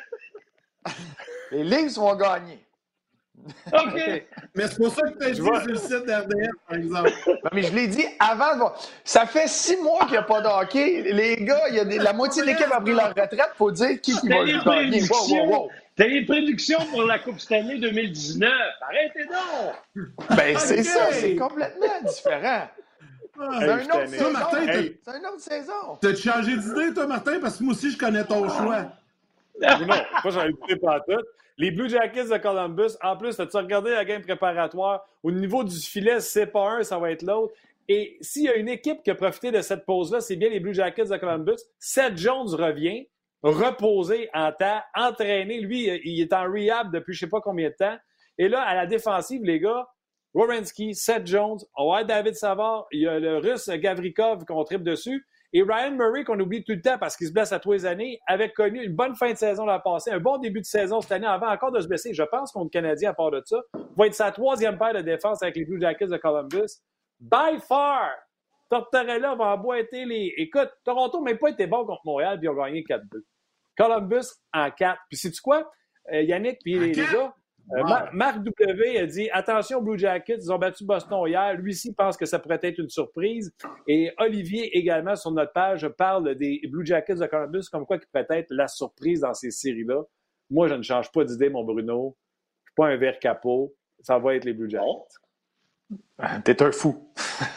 Les Leafs vont gagner. OK. Mais c'est pour ça que tu as dit sur le site d'RDS, par exemple. Non, mais je l'ai dit avant. Ça fait 6 mois qu'il n'y a pas de hockey. Les gars, la moitié de l'équipe a pris leur retraite. Il faut dire qui va gagner. Wow. T'as les prédictions pour la Coupe Stanley 2019. Arrêtez donc! Ben, c'est ça. C'est complètement différent. C'est une autre saison. Martin, c'est une autre saison. T'as changé d'idée, toi, Martin? Parce que moi aussi, je connais ton choix. Non, moi, j'en ai écouté pas tout. Les Blue Jackets de Columbus, en plus, as-tu regardé la game préparatoire? Au niveau du filet, c'est pas un, ça va être l'autre. Et s'il y a une équipe qui a profité de cette pause-là, c'est bien les Blue Jackets de Columbus. Seth Jones revient, reposé en temps, entraîné. Lui, il est en rehab depuis je sais pas combien de temps. Et là, à la défensive, les gars, Werenski, Seth Jones, on va être David Savard, il y a le Russe Gavrikov qu'on tripe dessus. Et Ryan Murray, qu'on oublie tout le temps parce qu'il se blesse à tous les années, avait connu une bonne fin de saison l'an passé, un bon début de saison cette année, avant encore de se blesser. Je pense contre le Canadien, à part de ça, va être sa 3e paire de défense avec les Blue Jackets de Columbus. By far! Tortorella va emboîter les... Écoute, Toronto n'a même pas été bon contre Montréal, puis ils ont gagné 4-2. Columbus en 4. Puis sais-tu quoi? Yannick, puis les gars, Marc W. a dit « Attention Blue Jackets, ils ont battu Boston hier. Lui-ci pense que ça pourrait être une surprise. » Et Olivier, également, sur notre page, parle des Blue Jackets de Columbus comme quoi qui pourrait être la surprise dans ces séries-là. Moi, je ne change pas d'idée, mon Bruno. Je ne suis pas un vert capot. Ça va être les Blue Jackets. Oh. T'es un fou.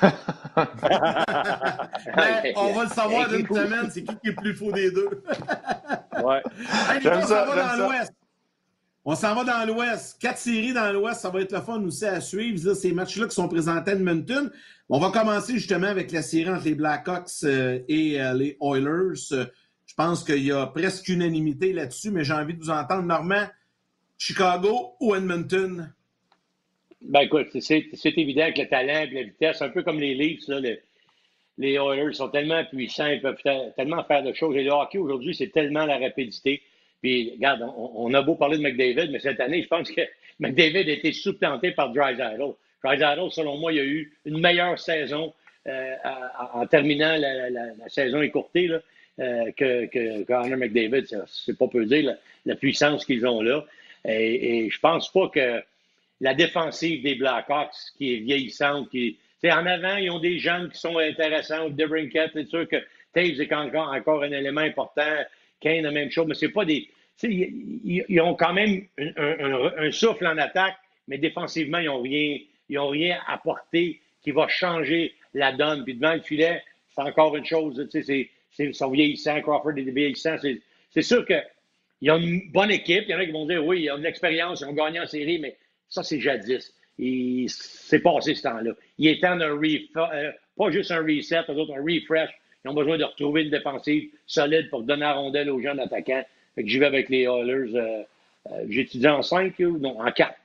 On va le savoir d'une semaine, c'est qui est plus fou des deux. Ouais. Hey, on s'en va dans l'Ouest. On s'en va dans l'Ouest. 4 séries dans l'Ouest, ça va être le fun aussi à suivre. Ces matchs-là qui sont présentés à Edmonton. On va commencer justement avec la série entre les Blackhawks et les Oilers. Je pense qu'il y a presque unanimité là-dessus, mais j'ai envie de vous entendre. Normand, Chicago ou Edmonton? Ben écoute, c'est évident que le talent et la vitesse, un peu comme les Leafs, là, les Oilers sont tellement puissants, ils peuvent tellement faire de choses. Et le hockey aujourd'hui, c'est tellement la rapidité. Puis, regarde, on a beau parler de McDavid, mais cette année, je pense que McDavid a été supplanté par Draisaitl. Draisaitl, selon moi, il a eu une meilleure saison en terminant la saison écourtée là, que Connor McDavid. C'est pas peu dire la puissance qu'ils ont là. Et je pense pas que la défensive des Blackhawks, qui est vieillissante, en avant, ils ont des jeunes qui sont intéressants. DeBrincat, c'est sûr que Taves est encore un élément important. Kane, la même chose, mais c'est pas des... Ils ont quand même un souffle en attaque, mais défensivement, ils n'ont rien apporté qui va changer la donne. Puis devant le filet, c'est encore une chose. Ils sont vieillissants, Crawford est vieillissant. C'est sûr qu'ils ont une bonne équipe. Il y en a qui vont dire, oui, ils ont de l'expérience, ils ont gagné en série, mais ça, c'est jadis. C'est passé ce temps-là. Il est temps d'un pas juste un reset, un refresh. Ils ont besoin de retrouver une défensive solide pour donner la rondelle aux jeunes attaquants. Fait que j'y vais avec les Oilers. J'étudie en 5 ou non, en 4.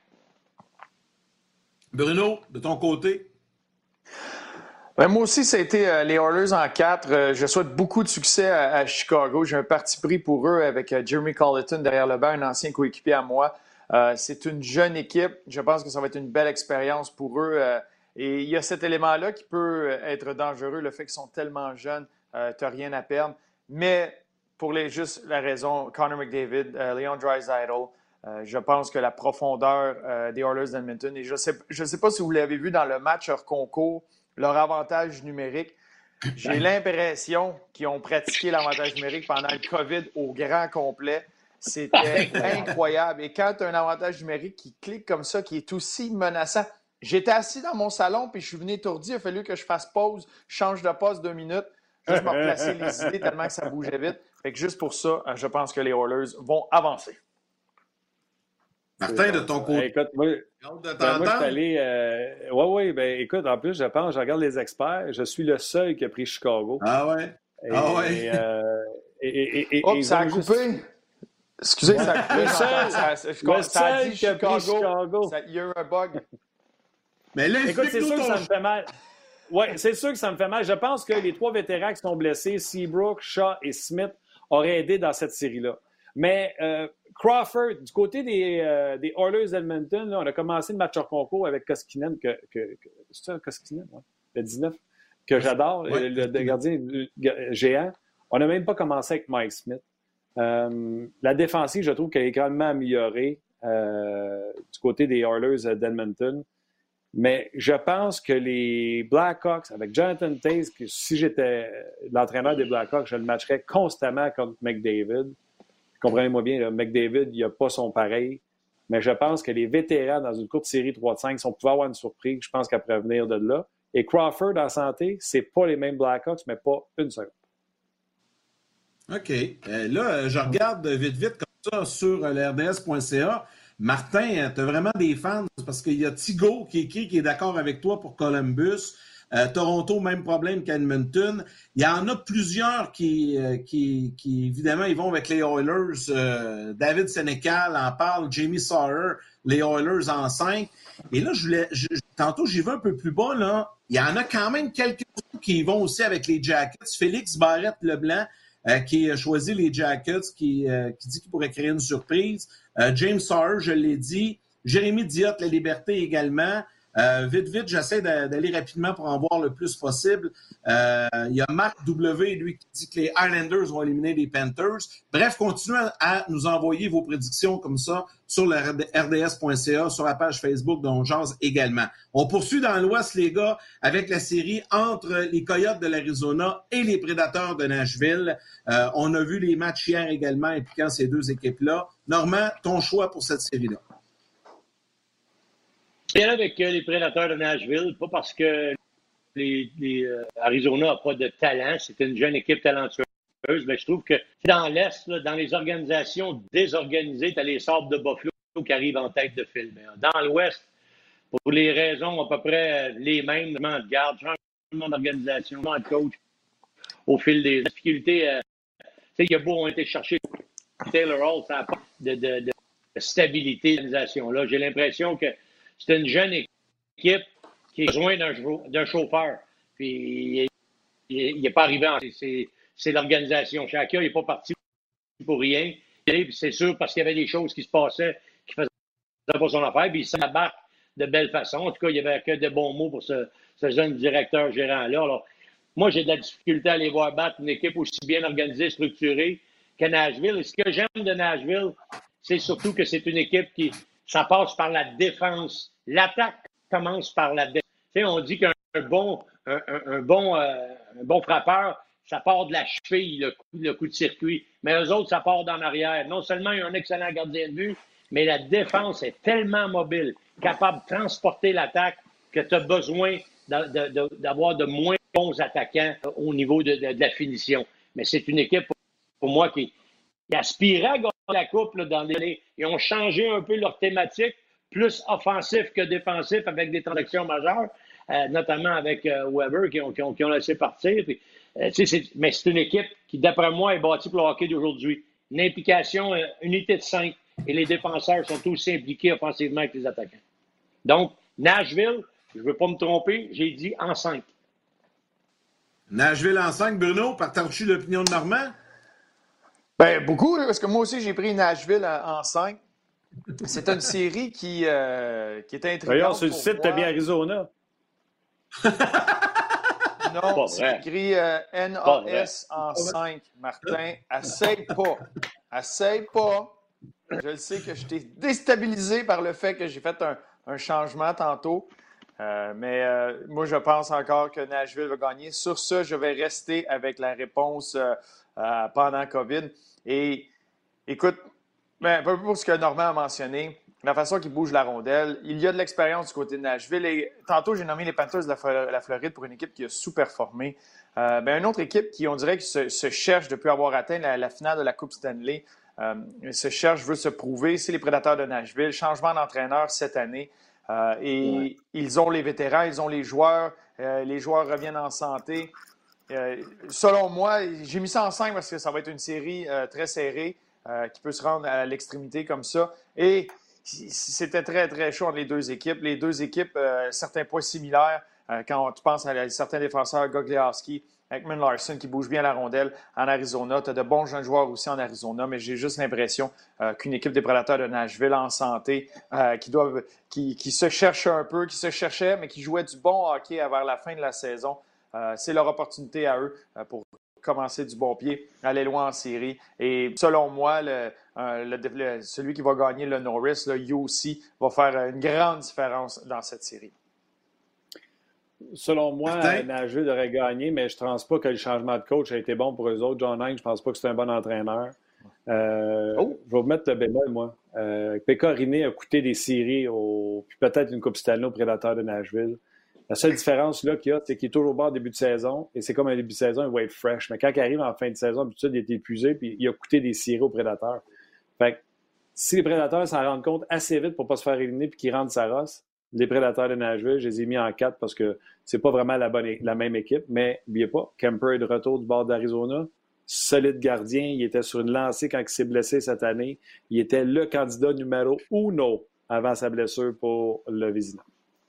Bruno, de ton côté? Ben, moi aussi, ça a été les Oilers en 4. Je souhaite beaucoup de succès à Chicago. J'ai un parti pris pour eux avec Jeremy Colliton derrière le banc, un ancien coéquipier à moi. C'est une jeune équipe. Je pense que ça va être une belle expérience pour eux. Et il y a cet élément-là qui peut être dangereux, le fait qu'ils sont tellement jeunes, tu n'as rien à perdre. Mais pour juste la raison, Connor McDavid, Leon Draisaitl, je pense que la profondeur des Oilers d'Edmonton, et je sais pas si vous l'avez vu dans le match hors concours, leur avantage numérique, j'ai l'impression qu'ils ont pratiqué l'avantage numérique pendant le COVID au grand complet. C'était incroyable. Et quand tu as un avantage numérique qui clique comme ça, qui est aussi menaçant, j'étais assis dans mon salon puis je suis venu étourdi. Il a fallu que je fasse pause, change de poste 2 minutes, juste me replacer les idées tellement que ça bougeait vite. Fait que juste pour ça, je pense que les Oilers vont avancer. Martin, de ton côté. Écoute, moi, je suis allé. Oui, ben écoute, en plus, je regarde les experts. Je suis le seul qui a pris Chicago. Ah ouais? Ça a coupé. Excusez, ça a coupé. Ça a dit Chicago. Il y a eu un bug. Mais là, écoute, c'est sûr que ça me fait mal. Oui, c'est sûr que ça me fait mal. Je pense que les 3 vétérans qui sont blessés, Seabrook, Shaw et Smith, auraient aidé dans cette série-là. Mais Crawford, du côté des Oilers d'Edmonton, là, on a commencé le match hors concours avec Koskinen, c'est ça, Koskinen, ouais, le 19, que j'adore, le gardien géant. On n'a même pas commencé avec Mike Smith. La défensive, je trouve qu'elle est grandement améliorée du côté des Oilers d'Edmonton. Mais je pense que les Blackhawks, avec Jonathan Toews, que si j'étais l'entraîneur des Blackhawks, je le matcherais constamment contre McDavid. Comprenez-moi bien, là, McDavid, il n'y a pas son pareil. Mais je pense que les vétérans dans une courte série 3-5, si on pouvait avoir une surprise, je pense qu'elle pourrait venir de là. Et Crawford, en santé, c'est pas les mêmes Blackhawks, mais pas une seconde. OK. Là, je regarde vite comme ça sur l'RDS.ca. Martin, tu as vraiment des fans parce qu'il y a Thigo qui est d'accord avec toi pour Columbus. Toronto, même problème qu'Edmonton. Il y en a plusieurs qui évidemment, ils vont avec les Oilers. David Sénécal en parle, Jamie Sawyer, les Oilers en 5. Et là, tantôt, j'y vais un peu plus bas, là. Il y en a quand même quelques-uns qui vont aussi avec les Jackets. Félix Barrette-Leblanc, qui a choisi les Jackets, qui dit qu'il pourrait créer une surprise. James Sawyer, je l'ai dit. Jérémy Diotte, la Liberté également. Vite, j'essaie d'aller rapidement pour en voir le plus possible. Il y a Marc W, lui, qui dit que les Islanders vont éliminer les Panthers. Bref, continuez à nous envoyer vos prédictions comme ça sur le rds.ca, sur la page Facebook d'On Jase également. On poursuit dans l'Ouest, les gars, avec la série entre les Coyotes de l'Arizona et les Prédateurs de Nashville. On a vu les matchs hier également impliquant ces deux équipes-là. Normand, ton choix pour cette série-là? Et avec les Prédateurs de Nashville, pas parce que Arizona n'a pas de talent, c'est une jeune équipe talentueuse, mais je trouve que dans l'Est, là, dans les organisations désorganisées, tu as les Sabres de Buffalo qui arrivent en tête de file. Mais dans l'Ouest, pour les raisons à peu près les mêmes, changement de garde, changement d'organisation, changement de coach, au fil des difficultés, il y a beau, on a été chercher Taylor Hall, ça n'a pas de stabilité d'organisation-là. J'ai l'impression que c'est une jeune équipe qui a besoin d'un chauffeur. Puis, il n'est pas arrivé. C'est l'organisation. Chacun n'est pas parti pour rien. Puis c'est sûr parce qu'il y avait des choses qui se passaient qui ne faisaient pas son affaire. Puis il s'embarque de belle façon. En tout cas, il n'y avait que de bons mots pour ce jeune directeur gérant-là. Alors, moi, j'ai de la difficulté à aller voir battre une équipe aussi bien organisée, structurée que Nashville. Et ce que j'aime de Nashville, c'est surtout que c'est une équipe ça passe par la défense. L'attaque commence par la défense. Tu sais, on dit qu'un bon frappeur, ça part de la cheville, le coup de circuit. Mais eux autres, ça part d'en arrière. Non seulement il y a un excellent gardien de but, mais la défense est tellement mobile, capable de transporter l'attaque, que tu as besoin d'avoir de moins bons attaquants au niveau de la finition. Mais c'est une équipe, pour moi, qui aspirait à gagner la Coupe là, dans les années. Ils ont changé un peu leur thématique, plus offensif que défensif avec des transactions majeures, notamment avec Weber qui ont laissé partir. Puis, mais c'est une équipe qui, d'après moi, est bâtie pour le hockey d'aujourd'hui. Une implication, unité de 5, et les défenseurs sont aussi impliqués offensivement avec les attaquants. Donc, Nashville, je ne veux pas me tromper, j'ai dit en 5. Nashville en 5, Bruno, partages-tu l'opinion de Normand? Ben, beaucoup, parce que moi aussi, j'ai pris Nashville en 5. C'est une série qui est intrigante. D'ailleurs, sur le site, tu as mis Arizona. Non, c'est écrit NAS en 5. Martin, essaye pas. Je sais que je t'ai déstabilisé par le fait que j'ai fait un changement tantôt. Mais moi, je pense encore que Nashville va gagner. Sur ça, je vais rester avec la réponse pendant COVID. Et écoute, un peu pour ce que Normand a mentionné, la façon qu'il bouge la rondelle, il y a de l'expérience du côté de Nashville. Et tantôt, j'ai nommé les Panthers de la Floride pour une équipe qui a sous-performé. Une autre équipe qui, on dirait, qui se cherche depuis avoir atteint la finale de la Coupe Stanley, se cherche, veut se prouver, c'est les Prédateurs de Nashville. Changement d'entraîneur cette année. Ils ont les vétérans, ils ont les joueurs reviennent en santé. Selon moi, j'ai mis ça en 5 parce que ça va être une série très serrée qui peut se rendre à l'extrémité comme ça. Et c'était très, très chaud entre les deux équipes. Les deux équipes, certains points similaires. Quand tu penses à certains défenseurs, Gogliowski, Ekman Larson qui bouge bien la rondelle en Arizona. Tu as de bons jeunes joueurs aussi en Arizona, mais j'ai juste l'impression qu'une équipe des Prédateurs de Nashville en santé, qui se cherche un peu, qui se cherchait, mais qui jouait du bon hockey vers la fin de la saison, c'est leur opportunité à eux pour commencer du bon pied, aller loin en série. Et selon moi, celui qui va gagner le Norris, le UC, va faire une grande différence dans cette série. Selon moi, Nashville aurait gagné, mais je ne pense pas que le changement de coach a été bon pour eux autres. John Lang, je ne pense pas que c'est un bon entraîneur. Je vais vous mettre le bémol, moi. Pekka Rinne a coûté des séries, puis peut-être une Coupe Stanley aux Prédateurs de Nashville. La seule différence là, qu'il y a, c'est qu'il est toujours au bord début de saison, et c'est comme un début de saison, il va être fresh. Mais quand il arrive en fin de saison, d'habitude, il est épuisé, puis il a coûté des séries aux Prédateurs. Fait que si les Prédateurs s'en rendent compte assez vite pour ne pas se faire éliminer puis qu'ils rentrent sa rosse, les Prédateurs de Nashville. Je les ai mis en 4 parce que c'est pas vraiment la même équipe. Mais n'oubliez pas, Kemper est de retour du bord d'Arizona. Solide gardien. Il était sur une lancée quand il s'est blessé cette année. Il était le candidat numéro 1 avant sa blessure pour le Vézina.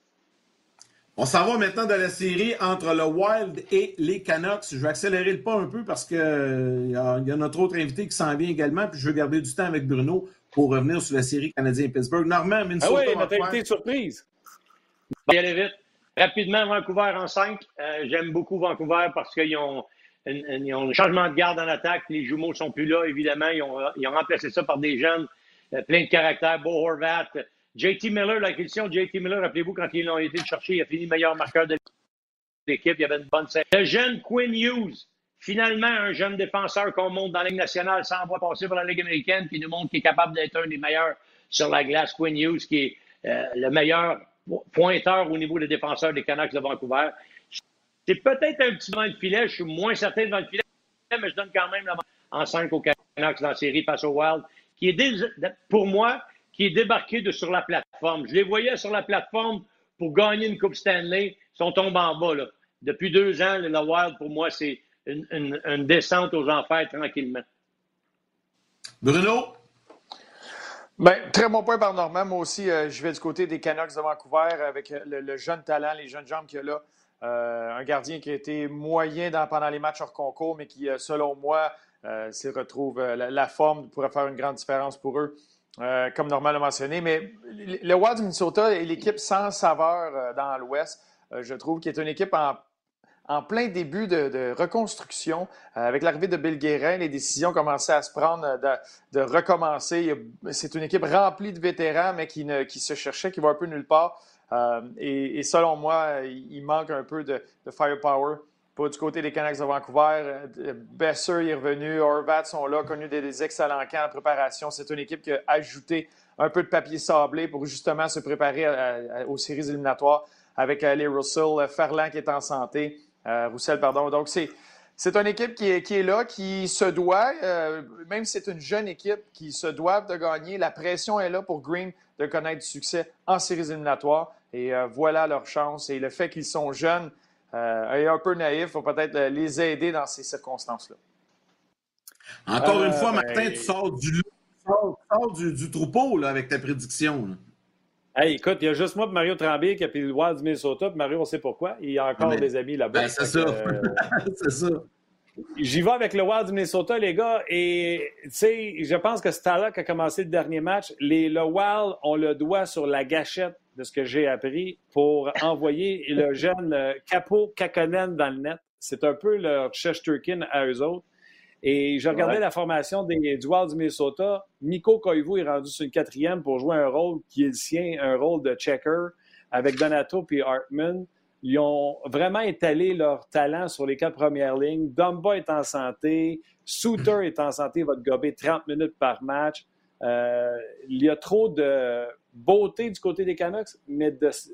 On s'en va maintenant de la série entre le Wild et les Canucks. Je vais accélérer le pas un peu parce qu'il y a notre autre invité qui s'en vient également. Puis je veux garder du temps avec Bruno pour revenir sur la série Canadien-Pittsburgh. Normand, Minnesota. Ah oui, notre invité surprise. On va y aller vite. Rapidement, Vancouver en 5. J'aime beaucoup Vancouver parce qu'ils ont un changement de garde en attaque. Les jumeaux ne sont plus là, évidemment. Ils ont remplacé ça par des jeunes plein de caractère. Bo Horvat. JT Miller, l'acquisition de JT Miller, rappelez-vous, quand ils l'ont été chercher, il a fini meilleur marqueur de l'équipe. Il y avait une bonne série. Le jeune Quinn Hughes, finalement, un jeune défenseur qu'on monte dans la Ligue nationale sans avoir passé par la Ligue américaine, qui nous montre qu'il est capable d'être un des meilleurs sur la glace. Quinn Hughes, qui est le meilleur pointeur au niveau des défenseurs des Canucks de Vancouver. C'est peut-être un petit devant le filet. Je suis moins certain devant le filet, mais je donne quand même en 5 aux Canucks dans la série face au Wild, qui est, pour moi, qui est débarqué sur la plateforme. Je les voyais sur la plateforme pour gagner une Coupe Stanley. Ils sont tombés en bas. Là. Depuis 2 ans, le Wild, pour moi, c'est une descente aux enfers tranquillement. Bruno? Bien, très bon point par Normand. Moi aussi, je vais du côté des Canucks de Vancouver avec le jeune talent, les jeunes jambes qu'il y a là. Un gardien qui a été moyen pendant les matchs hors concours, mais qui, selon moi, s'il retrouve la forme, pourrait faire une grande différence pour eux. Comme Normand l'a mentionné, mais le Wild du Minnesota est l'équipe sans saveur dans l'Ouest. Je trouve qu'il est une équipe en plein début de reconstruction. Avec l'arrivée de Bill Guérin, les décisions commençaient à se prendre de recommencer. C'est une équipe remplie de vétérans, mais qui se cherchait, qui va un peu nulle part. Et selon moi, il manque un peu de firepower. Pas du côté des Canucks de Vancouver. Besser est revenu. Horvat sont là, connus des excellents camps de préparation. C'est une équipe qui a ajouté un peu de papier sablé pour justement se préparer aux séries éliminatoires avec les Russell, Ferland qui est en santé. Roussel, pardon. Donc, c'est une équipe qui est là, qui se doit, même si c'est une jeune équipe, qui se doit de gagner. La pression est là pour Green de connaître du succès en séries éliminatoires. Et voilà leur chance. Et le fait qu'ils sont jeunes, et un peu naïf, il faut peut-être les aider dans ces circonstances-là. Encore une fois, Martin, tu sors du troupeau là, avec ta prédiction. Là. Hey, écoute, il y a juste moi et Mario Tremblay qui a pris le Wild du Minnesota. Puis Mario, on sait pourquoi. Il y a encore des amis là-bas. Ben, c'est ça. C'est ça. J'y vais avec le Wild du Minnesota, les gars. Et, tu sais, je pense que c'est là qu'a commencé le dernier match. Le Wild, on le doigt sur la gâchette de ce que j'ai appris pour envoyer le jeune Capo Kakkonen dans le net. C'est un peu leur Shesterkin à eux autres. Et je regardais la formation du Wild du Minnesota. Mikko Koivu est rendu sur une 4e pour jouer un rôle qui est le sien, un rôle de checker avec Donato et Hartman. Ils ont vraiment étalé leur talent sur les 4 premières lignes. Dumba est en santé. Suter est en santé, va te gober 30 minutes par match. Il y a trop de beauté du côté des Canucks, mais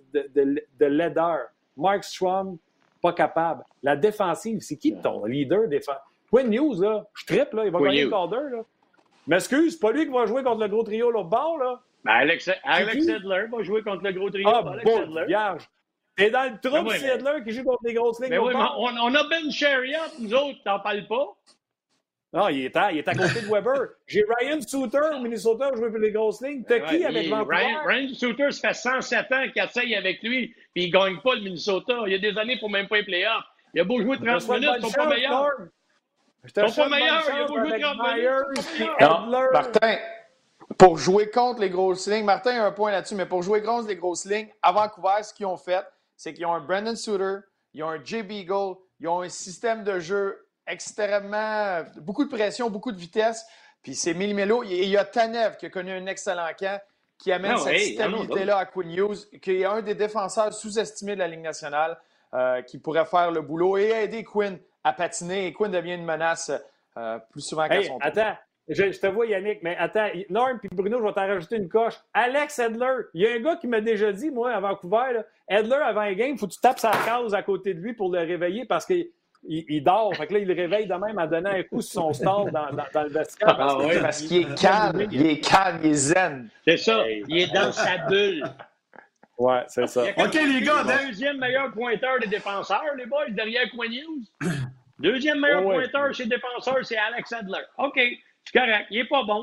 de laideur. Markstrom, pas capable. La défensive, c'est qui ton leader défensif? Quinn Hughes, là, je triple, là, il va gagner le Calder, là. Mais excuse, c'est pas lui qui va jouer contre le gros trio l'autre bord, là. Ben Alex Edler va jouer contre le gros trio. Alex Edler. Vierge. T'es dans le trou de Edler qui joue contre les grosses lignes. Mais oui, mais on a Ben Chariot, nous autres, t'en parles pas? Non, il est à côté de Weber. J'ai Ryan Suter au Minnesota jouer pour les grosses lignes. T'as qui avec Vancouver? Ryan Suter, ça fait 107 ans qu'il essaye avec lui, puis il gagne pas le Minnesota. Il y a des années pour même pas les playoffs. Il a beau jouer 30 minutes, ils sont pas meilleurs. Ils sont pas meilleurs. Il a beau jouer 30 minutes. Non, Martin, pour jouer contre les grosses lignes, Martin a un point là-dessus, mais pour jouer contre les grosses lignes, à Vancouver, ce qu'ils ont fait, c'est qu'ils ont un Brandon Suter, ils ont un Jay Beagle, ils ont un système de jeu extrêmement... beaucoup de pression, beaucoup de vitesse. Puis c'est Millimelo. Et il y a Tanev qui a connu un excellent camp, qui amène cette stabilité-là à Quinn Hughes, qui est un des défenseurs sous-estimés de la Ligue nationale, qui pourrait faire le boulot et aider Quinn à patiner. Et Quinn devient une menace plus souvent qu'à son tour. Attends, je te vois, Yannick, mais attends, Norm et Bruno, je vais t'en rajouter une coche. Alex Edler, il y a un gars qui m'a déjà dit, moi, à Vancouver, là, Edler, avant un game, il faut que tu tapes sa case à côté de lui pour le réveiller parce qu'il dort. Fait que là, il le réveille de même en donnant un coup sur son stall dans le vestiaire. Parce qu'il est calme. Il est calme, il est zen. C'est ça. Il est dans sa bulle. Ouais, c'est ça. OK, les gars. Le deuxième meilleur pointeur des défenseurs, les boys, derrière Quinn Hughes. Deuxième meilleur pointeur chez les défenseurs, c'est Alex Adler. OK, c'est correct. Il n'est pas bon.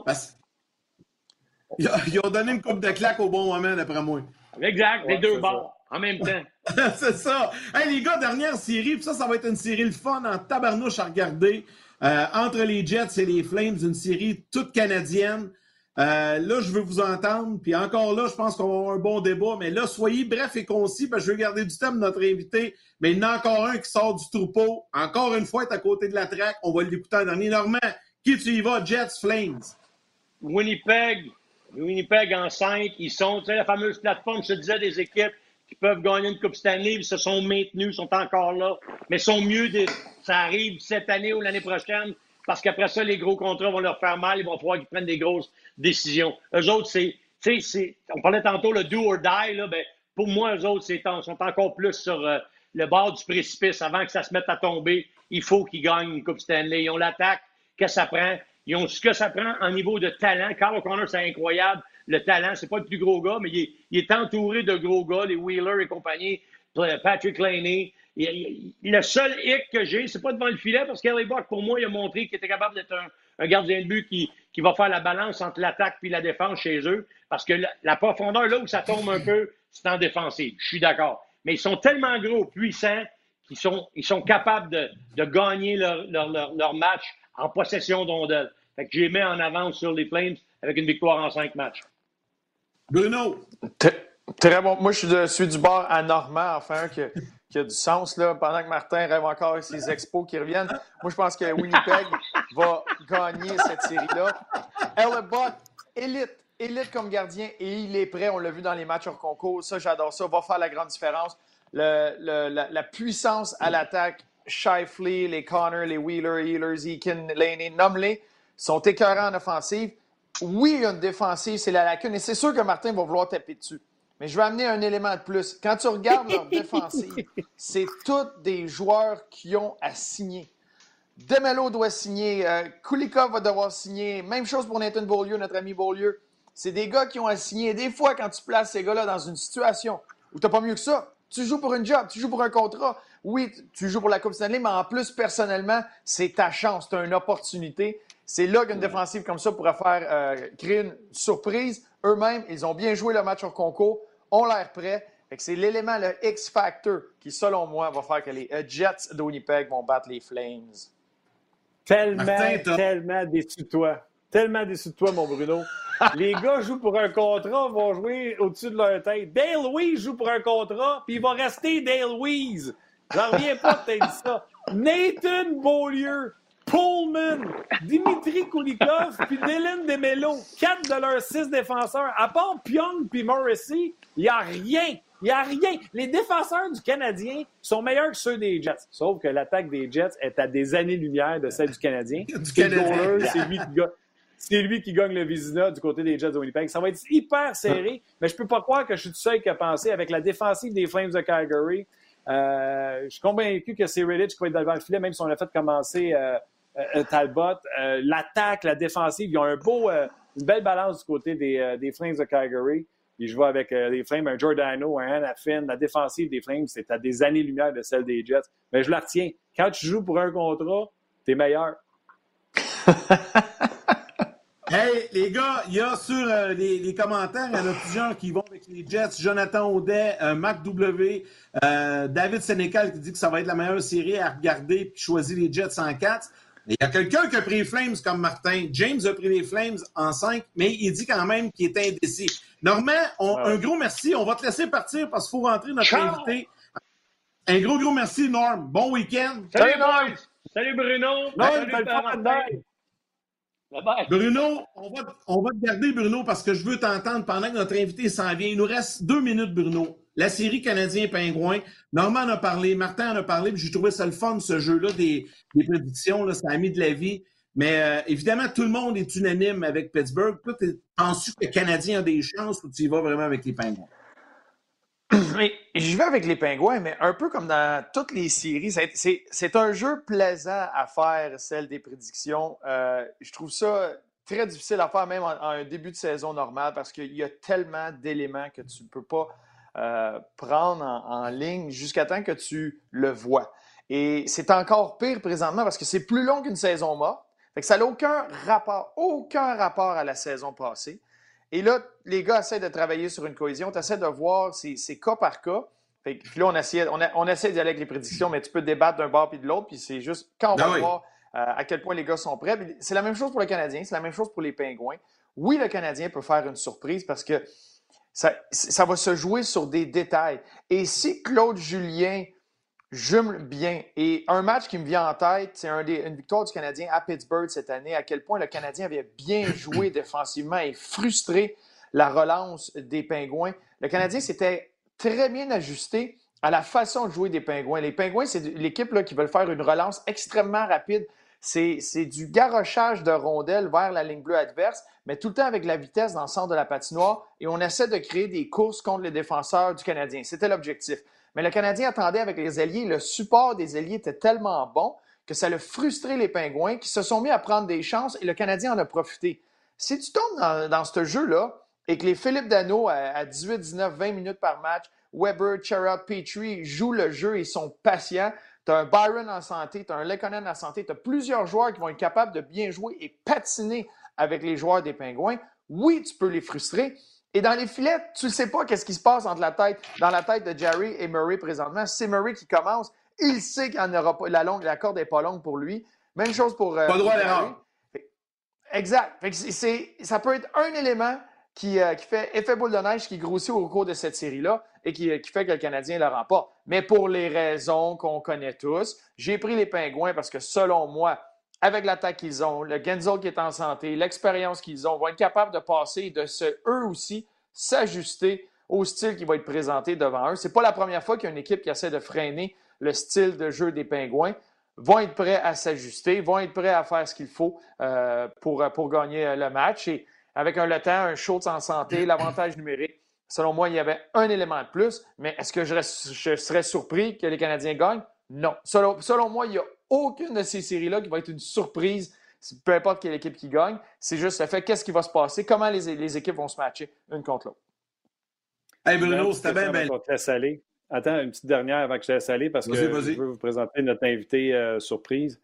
Ils ont donné une coupe de claque au bon moment, d'après moi. Exact, les deux bords, en même temps. C'est ça. Hey, les gars, dernière série, puis ça va être une série le fun en tabarnouche à regarder. Entre les Jets et les Flames, une série toute canadienne. Là, je veux vous entendre. Puis encore là, je pense qu'on va avoir un bon débat. Mais là, soyez bref et concis, parce que je veux garder du temps de notre invité. Mais il y en a encore un qui sort du troupeau. Encore une fois, est à côté de la traque. On va l'écouter en dernier. Normand, qui tu y vas? Jets, Flames? Winnipeg en 5, ils sont, tu sais, la fameuse plateforme, je te disais, des équipes qui peuvent gagner une Coupe Stanley, ils se sont maintenus, sont encore là, mais sont mieux, ça arrive cette année ou l'année prochaine, parce qu'après ça, les gros contrats vont leur faire mal, il va falloir qu'ils prennent des grosses décisions. Eux autres, on parlait tantôt le do or die, là, ben, pour moi, eux autres, sont encore plus sur le bord du précipice avant que ça se mette à tomber. Il faut qu'ils gagnent une Coupe Stanley. Ils ont l'attaque que ça prend. Ils ont ce que ça prend en niveau de talent. Carl O'Connor, c'est incroyable. Le talent, c'est pas le plus gros gars, mais il est entouré de gros gars, les Wheeler et compagnie, Patrick Laney. Le seul hic que j'ai, c'est pas devant le filet, parce qu'Harry Buck, pour moi, il a montré qu'il était capable d'être un gardien de but qui va faire la balance entre l'attaque et la défense chez eux. Parce que la profondeur, là où ça tombe un peu, c'est en défensive. Je suis d'accord. Mais ils sont tellement gros, puissants, qu'ils sont capables de gagner leur match en possession d'ondelles. Fait que j'ai mis en avance sur les Flames avec une victoire en 5 matchs. Bruno. Très bon. Moi, je suis du bord à Normand, enfin, qui a du sens, là, pendant que Martin rêve encore avec ses expos qui reviennent. Moi, je pense que Winnipeg va gagner cette série-là. Hellebuck, élite comme gardien, et il est prêt. On l'a vu dans les matchs hors concours. Ça, j'adore ça. Va faire la grande différence. La puissance à l'attaque, Scheifele, les Connor, les Wheeler, Ehlers, Eakin, Laney, nomme-les, sont écœurants en offensive. Oui, il y a une défensive, c'est la lacune. Et c'est sûr que Martin va vouloir taper dessus. Mais je vais amener un élément de plus. Quand tu regardes leur défensive, c'est tous des joueurs qui ont à signer. Demelo doit signer. Kulikov va devoir signer. Même chose pour Nathan Beaulieu, notre ami Beaulieu. C'est des gars qui ont à signer. Des fois, quand tu places ces gars-là dans une situation où tu n'as pas mieux que ça, tu joues pour une job, tu joues pour un contrat. Oui, tu joues pour la Coupe Stanley, mais en plus, personnellement, c'est ta chance, tu as une opportunité. C'est là qu'une défensive comme ça pourrait créer une surprise. Eux-mêmes, ils ont bien joué le match hors concours, ont l'air prêts. Fait que c'est l'élément, le X-Factor, qui, selon moi, va faire que les Jets de Winnipeg vont battre les Flames. Tellement déçu de toi. Tellement déçu de toi, mon Bruno. Les gars jouent pour un contrat, vont jouer au-dessus de leur tête. Dale Weiss joue pour un contrat, puis il va rester Dale Weiss. J'en reviens pas que t'aies dit ça. Nathan Beaulieu, Pullman, Dimitri Kulikov, puis Dylan DeMelo. 4 de leurs 6 défenseurs. À part Pyong puis Morrissey, il n'y a rien. Il n'y a rien. Les défenseurs du Canadien sont meilleurs que ceux des Jets. Sauf que l'attaque des Jets est à des années-lumière de celle du Canadien. C'est lui qui gagne le Vizina du côté des Jets de Winnipeg. Ça va être hyper serré, mais je peux pas croire que je suis tout seul qui a pensé avec la défensive des Flames de Calgary. Je suis convaincu que c'est Rittich qui va être devant le filet, même si on a fait commencer Talbot. L'attaque, la défensive, ils ont une belle balance du côté des Flames de Calgary. Puis je vois avec les Flames, un Giordano, un Hanafin. La défensive des Flames, c'est à des années-lumière de celle des Jets. Mais je la retiens. Quand tu joues pour un contrat, t'es meilleur. Hey, les gars, il y a sur les commentaires, il y en a plusieurs qui vont avec les Jets. Jonathan Audet, Marc W, David Sénécal qui dit que ça va être la meilleure série à regarder puis choisit les Jets en 4. Il y a quelqu'un qui a pris les Flames comme Martin. James a pris les Flames en 5, mais il dit quand même qu'il est indécis. Normand, un gros merci. On va te laisser partir parce qu'il faut rentrer notre invité. Un gros merci, Norm. Bon week-end. Salut, Norm. Salut, Bruno. Salut, Bruno, on va te garder, Bruno, parce que je veux t'entendre pendant que notre invité s'en vient. Il nous reste 2 minutes, Bruno. La série Canadien-Pingouin. Normand en a parlé, Martin en a parlé, puis j'ai trouvé ça le fun, ce jeu-là, des prédictions. Là, ça a mis de la vie. Mais évidemment, tout le monde est unanime avec Pittsburgh. Toi, penses-tu que le Canadien a des chances ou tu y vas vraiment avec les Pingouins? Mais je vais avec les Pingouins, mais un peu comme dans toutes les séries, c'est un jeu plaisant à faire, celle des prédictions. Je trouve ça très difficile à faire, même en un début de saison normale, parce qu'il y a tellement d'éléments que tu ne peux pas prendre en ligne jusqu'à temps que tu le vois. Et c'est encore pire présentement parce que c'est plus long qu'une saison morte. Fait que ça n'a aucun rapport à la saison passée. Et là, les gars essaient de travailler sur une cohésion. Tu essaies de voir c'est cas par cas. Puis là, on essaie d'y aller avec les prédictions, mais tu peux débattre d'un bord puis de l'autre. Puis c'est juste quand on va voir à quel point les gars sont prêts. Puis c'est la même chose pour le Canadien, c'est la même chose pour les Pingouins. Oui, le Canadien peut faire une surprise parce que ça va se jouer sur des détails. Et si Claude Julien jume bien, et un match qui me vient en tête, c'est une victoire du Canadien à Pittsburgh cette année, à quel point le Canadien avait bien joué défensivement et frustré la relance des Pingouins. Le Canadien s'était très bien ajusté à la façon de jouer des Pingouins. Les Pingouins, c'est l'équipe là, qui veut faire une relance extrêmement rapide. C'est du garochage de rondelles vers la ligne bleue adverse, mais tout le temps avec la vitesse dans le centre de la patinoire, et on essaie de créer des courses contre les défenseurs du Canadien. C'était l'objectif. Mais le Canadien attendait avec les ailiers. Le support des ailiers était tellement bon que ça a frustré les Pingouins qui se sont mis à prendre des chances et le Canadien en a profité. Si tu tombes dans ce jeu-là et que les Philippe Danault à 18, 19, 20 minutes par match, Weber, Chariot, Petrie jouent le jeu et sont patients, tu as un Byron en santé, tu as un Lekonen en santé, tu as plusieurs joueurs qui vont être capables de bien jouer et patiner avec les joueurs des Pingouins. Oui, tu peux les frustrer. Et dans les filets, tu ne sais pas qu'est-ce qui se passe dans la tête de Jarry et Murray présentement. C'est Murray qui commence. Il sait qu'il n'y en aura pas. La corde n'est pas longue pour lui. Même chose pour. Pas droit à l'erreur. Exact. Ça peut être un élément qui fait effet boule de neige qui grossit au cours de cette série-là et qui fait que le Canadien le remporte. Mais pour les raisons qu'on connaît tous, j'ai pris les Pingouins parce que selon moi, avec l'attaque qu'ils ont, le Genzel qui est en santé, l'expérience qu'ils ont, vont être capables de passer et de eux aussi, s'ajuster au style qui va être présenté devant eux. Ce n'est pas la première fois qu'il y a une équipe qui essaie de freiner le style de jeu des Pingouins. Vont être prêts à s'ajuster, vont être prêts à faire ce qu'il faut pour gagner le match. Et avec Le Temps, un Schultz en santé, l'avantage numérique, selon moi, il y avait un élément de plus. Mais est-ce que je serais surpris que les Canadiens gagnent? Non. Selon moi, il n'y a aucune de ces séries-là qui va être une surprise, peu importe quelle équipe qui gagne. C'est juste le fait qu'est-ce qui va se passer, comment les équipes vont se matcher une contre l'autre. Hey Bruno, c'était bien belle. Attends, une petite dernière avant que je te laisse aller parce que je veux vous présenter notre invité surprise.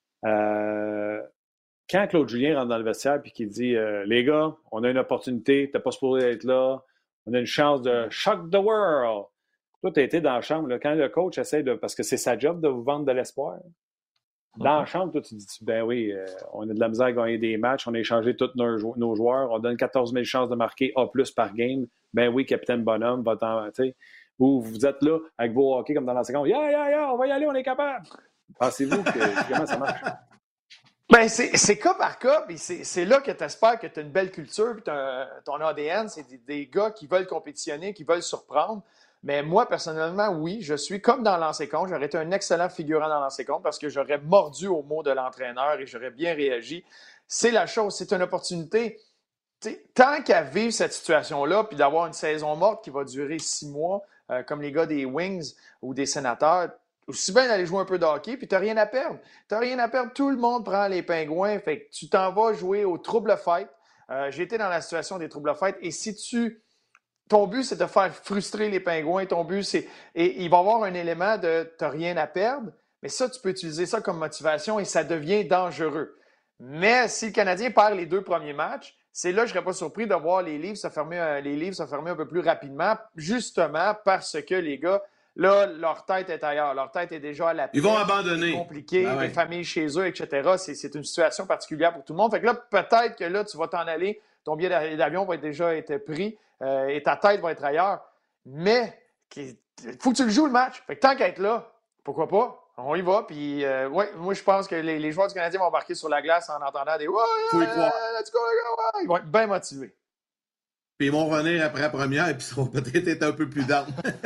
Quand Claude Julien rentre dans le vestiaire et qu'il dit les gars, on a une opportunité, t'as pas supposé être là, on a une chance de shock the world. Toi, tu as été dans la chambre, là, quand le coach essaie de. Parce que c'est sa job de vous vendre de l'espoir. Dans la chambre, toi, tu dis ben oui, on a de la misère à gagner des matchs, on a échangé tous nos joueurs, on donne 14 000 chances de marquer A+ par game. Ben oui, capitaine bonhomme, va-t'en. Ou vous êtes là avec vos hockey comme dans la seconde. On va y aller, on est capable. Pensez-vous comment ça marche? Ben, c'est cas par cas, puis c'est là que tu espères que tu as une belle culture, puis ton ADN, c'est des gars qui veulent compétitionner, qui veulent surprendre. Mais moi, personnellement, oui, je suis comme dans l'ancien compte. J'aurais été un excellent figurant dans l'ancien compte parce que j'aurais mordu au mot de l'entraîneur et j'aurais bien réagi. C'est la chose, c'est une opportunité. T'sais, tant qu'à vivre cette situation-là, puis d'avoir une saison morte qui va durer 6 mois, comme les gars des Wings ou des Sénateurs, aussi bien d'aller jouer un peu de hockey, puis tu n'as rien à perdre. Tu n'as rien à perdre. Tout le monde prend les Pingouins. Fait que tu t'en vas jouer au trouble fight. J'ai été dans la situation des trouble fight. Et si ton but, c'est de faire frustrer les Pingouins, ton but, c'est. Et il va y avoir un élément de tu n'as rien à perdre, mais ça, tu peux utiliser ça comme motivation et ça devient dangereux. Mais si le Canadien perd les 2 premiers matchs, c'est là que je ne serais pas surpris de voir les livres se fermer un peu plus rapidement, justement parce que les gars. Là, leur tête est ailleurs. Leur tête est déjà à la paix. Ils vont abandonner. C'est compliqué, les familles chez eux, etc. C'est une situation particulière pour tout le monde. Fait que là, peut-être que là, tu vas t'en aller, ton billet d'avion va déjà être pris et ta tête va être ailleurs. Mais il faut que tu le joues le match. Fait que tant qu'à être là, pourquoi pas? On y va. Puis, moi, je pense que les joueurs du Canadien vont embarquer sur la glace en entendant des « Faut y croire. Let's go, Ils vont être bien motivés. Puis ils vont revenir après la première et puis ils vont peut-être être un peu plus down.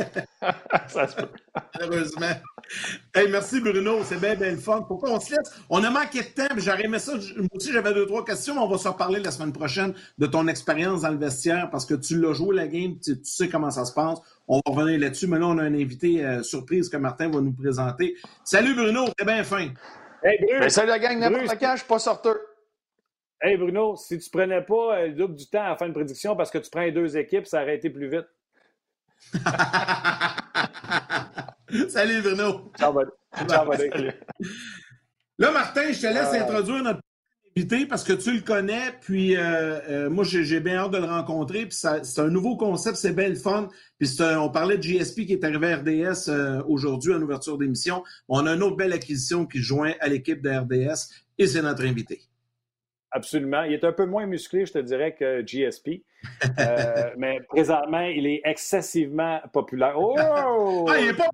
Ça se peut. Malheureusement. Hey, merci Bruno, c'est bien le fun. Pourquoi on se laisse? On a manqué de temps, j'aurais aimé ça. Moi aussi, j'avais 2-3 questions, mais on va se reparler la semaine prochaine de ton expérience dans le vestiaire parce que tu l'as joué la game, tu sais comment ça se passe. On va revenir là-dessus, mais là, on a un invité surprise que Martin va nous présenter. Salut Bruno, t'es bien fin. Hey Bruno! Salut la gang, n'importe quand, je suis pas sorteux. Hey Bruno, si tu prenais pas le double du temps à faire une prédiction parce que tu prends les 2 équipes, ça aurait été plus vite. Salut, Bruno. Ciao, buddy. Là, Martin, je te laisse introduire notre invité parce que tu le connais, puis moi, j'ai bien hâte de le rencontrer, puis c'est un nouveau concept, c'est bien le fun. Puis on parlait de GSP qui est arrivé à RDS aujourd'hui en ouverture d'émission. On a une autre belle acquisition qui joint à l'équipe de RDS et c'est notre invité. Absolument. Il est un peu moins musclé, je te dirais, que GSP. Mais présentement, il est excessivement populaire. Oh! Il est pas...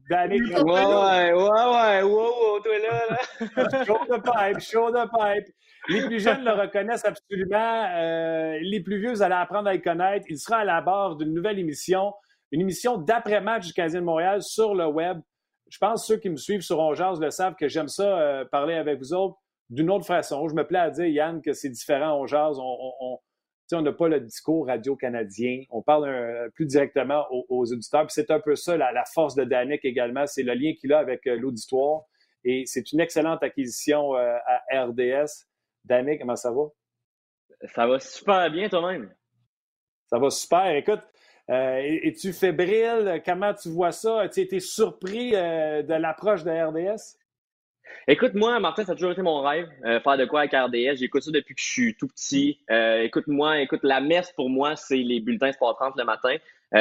Wow, toi là. Show the pipe. Les plus jeunes le reconnaissent absolument. Les plus vieux, vous allez apprendre à le connaître. Il sera à la barre d'une nouvelle émission, une émission d'après-match du Canadien de Montréal sur le web. Je pense que ceux qui me suivent sur On Jase le savent que j'aime ça, parler avec vous autres d'une autre façon. Je me plais à dire, Yann, que c'est différent. On jase, on n'a pas le discours radio-canadien. On parle plus directement aux auditeurs. Puis c'est un peu ça, la force de Danick également. C'est le lien qu'il a avec l'auditoire. Et c'est une excellente acquisition à RDS. Danick, comment ça va? Ça va super bien toi-même. Ça va super. Écoute, es-tu fébrile? Comment tu vois ça? As-tu été surpris de l'approche de RDS? Écoute, moi, Martin, ça a toujours été mon rêve, faire de quoi avec RDS. J'écoute ça depuis que je suis tout petit. Écoute, la messe pour moi, c'est les bulletins Sport 30 le matin.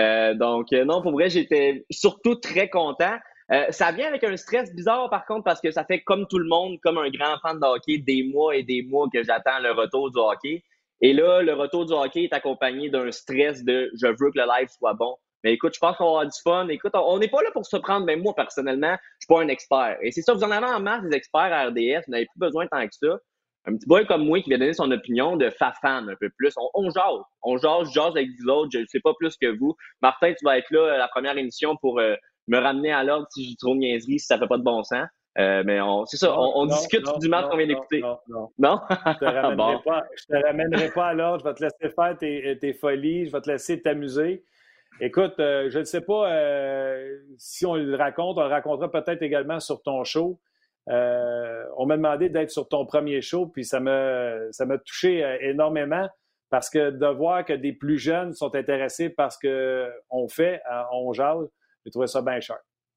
Non, pour vrai, j'étais surtout très content. Ça vient avec un stress bizarre, par contre, parce que ça fait comme tout le monde, comme un grand fan de hockey, des mois et des mois que j'attends le retour du hockey. Et là, le retour du hockey est accompagné d'un stress de « je veux que le live soit bon ». Mais écoute, je pense qu'on va avoir du fun. Écoute, on n'est pas là pour se prendre, même moi, personnellement, je suis pas un expert. Et c'est ça, vous en avez en masse des experts à RDS, vous n'avez plus besoin tant que ça. Un petit boy comme moi qui vient donner son opinion de fafan un peu plus. On jase. Je jase avec vous autres, je ne sais pas plus que vous. Martin, tu vas être là la première émission pour me ramener à l'ordre si j'ai trop de niaiserie, si ça fait pas de bon sens. Mais c'est ça, on discute du match qu'on vient d'écouter. Non? Je te ramènerai pas à l'ordre, je vais te laisser faire tes folies, je vais te laisser t'amuser. Écoute, je ne sais pas si on le raconte, on le racontera peut-être également sur ton show. On m'a demandé d'être sur ton premier show, puis ça m'a touché énormément parce que de voir que des plus jeunes sont intéressés par ce qu'on fait, on jase, j'ai trouvé ça bien cher.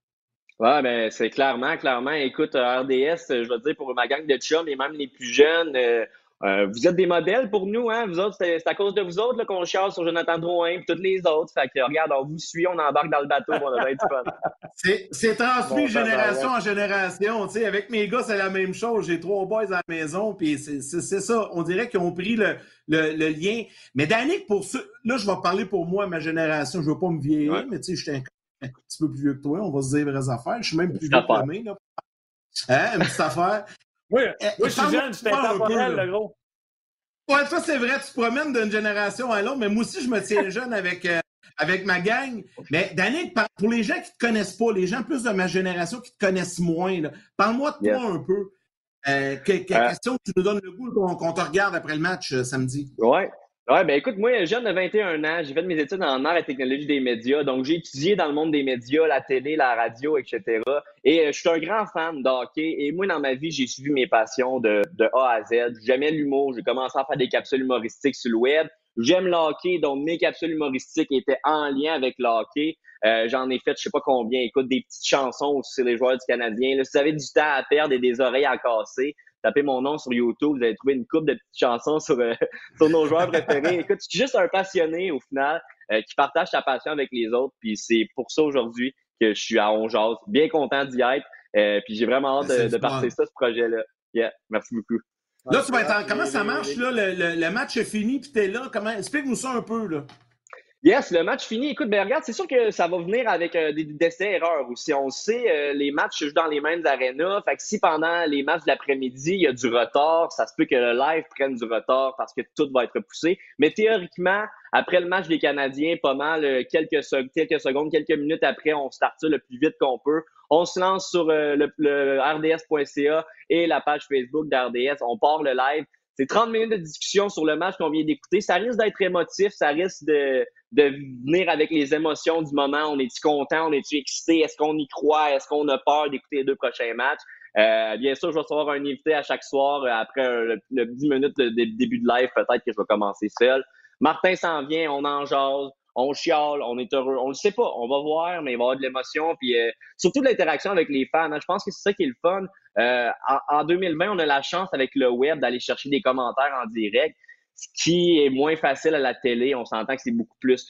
Ouais, ben c'est clairement. Écoute, RDS, je vais te dire pour ma gang de chums et même les plus jeunes, vous êtes des modèles pour nous, hein? Vous autres, c'est à cause de vous autres là, qu'on chiale sur Jonathan Drouin et toutes les autres. Fait que regarde, on vous suit, on embarque dans le bateau, on a bien du fun. C'est transmis génération en génération. Tu sais, avec mes gars, c'est la même chose. J'ai 3 boys à la maison, puis c'est ça. On dirait qu'ils ont pris le lien. Mais Danick, pour ceux, là, je vais parler pour moi, ma génération. Je veux pas me vieillir, mais tu sais, j'étais un petit peu plus vieux que toi. On va se dire les vraies affaires. Je suis même plus vieux que toi, là. Hein, une petite affaire. Oui, je suis jeune, je suis intemporel, le gros. Ouais, ça, c'est vrai, tu te promènes d'une génération à l'autre, mais moi aussi, je me tiens jeune avec ma gang. Mais Danick, pour les gens qui ne te connaissent pas, les gens plus de ma génération qui te connaissent moins, parle-moi de toi un peu. Quelle question que tu nous donnes le goût qu'on te regarde après le match samedi? Ouais, ben écoute, moi, jeune de 21 ans, j'ai fait mes études en arts et technologie des médias, donc j'ai étudié dans le monde des médias, la télé, la radio, etc. Et je suis un grand fan de hockey, et moi, dans ma vie, j'ai suivi mes passions de A à Z. J'aimais l'humour, j'ai commencé à faire des capsules humoristiques sur le web. J'aime le hockey, donc mes capsules humoristiques étaient en lien avec le hockey. J'en ai fait, je sais pas combien, écoute, des petites chansons aussi sur les joueurs du Canadien. Là, si vous avez du temps à perdre et des oreilles à casser, tapez mon nom sur YouTube, vous allez trouver une couple de petites chansons sur nos joueurs préférés. Écoute, je suis juste un passionné au final qui partage sa passion avec les autres. Puis c'est pour ça aujourd'hui que je suis à On Jase. Bien content d'y être. Puis j'ai vraiment hâte de partir ça, ce projet-là. Yeah, merci beaucoup. Là, tu vas être comment ça marche, là? Le match est fini, puis t'es là. Explique-nous ça un peu, là. Yes, le match fini. Écoute, ben regarde, c'est sûr que ça va venir avec des essais-erreurs aussi. On le sait, les matchs se jouent dans les mêmes arénas. Fait que si pendant les matchs de l'après-midi, il y a du retard, ça se peut que le live prenne du retard parce que tout va être repoussé. Mais théoriquement, après le match des Canadiens, pas mal, quelques secondes, quelques minutes après, on start ça le plus vite qu'on peut. On se lance sur le rds.ca et la page Facebook d'RDS. On part le live. C'est 30 minutes de discussion sur le match qu'on vient d'écouter. Ça risque d'être émotif, ça risque de venir avec les émotions du moment. On est-tu content? On est-tu excité? Est-ce qu'on y croit? Est-ce qu'on a peur d'écouter les 2 prochains matchs? Bien sûr, je vais recevoir un invité à chaque soir. Après le 10 minutes de début de live, peut-être que je vais commencer seul. Martin s'en vient, on en jase. on chiale, on est heureux. On le sait pas, on va voir, mais il va y avoir de l'émotion, puis surtout de l'interaction avec les fans. Hein. Je pense que c'est ça qui est le fun. En 2020, on a la chance avec le web d'aller chercher des commentaires en direct, ce qui est moins facile à la télé. On s'entend que c'est beaucoup plus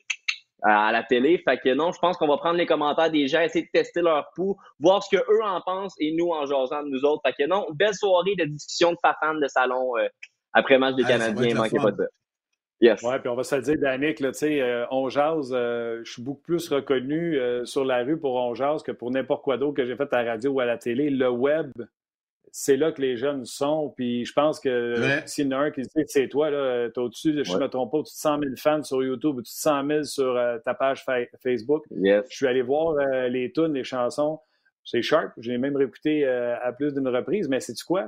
à la télé. Fait que non, je pense qu'on va prendre les commentaires des gens, essayer de tester leur pouls, voir ce que eux en pensent et nous en jasant de nous autres. Fait que non, belle soirée de discussion de fans de salon après match des Canadiens. Manquez pas ça. Yes. Oui, puis on va se le dire, Danick, là, tu sais, on jase, je suis beaucoup plus reconnu sur la rue pour on jase que pour n'importe quoi d'autre que j'ai fait à la radio ou à la télé. Le web, c'est là que les jeunes sont. Puis je pense que s'il y en a un qui dit que c'est toi, là, t'es au-dessus, je ne me trompe pas, au-dessus de 100 000 fans sur YouTube, au-dessus de 100 000 sur ta page Facebook. Yes. Je suis allé voir les tunes, les chansons. C'est sharp. J'ai même réécouté à plus d'une reprise. Mais sais-tu quoi?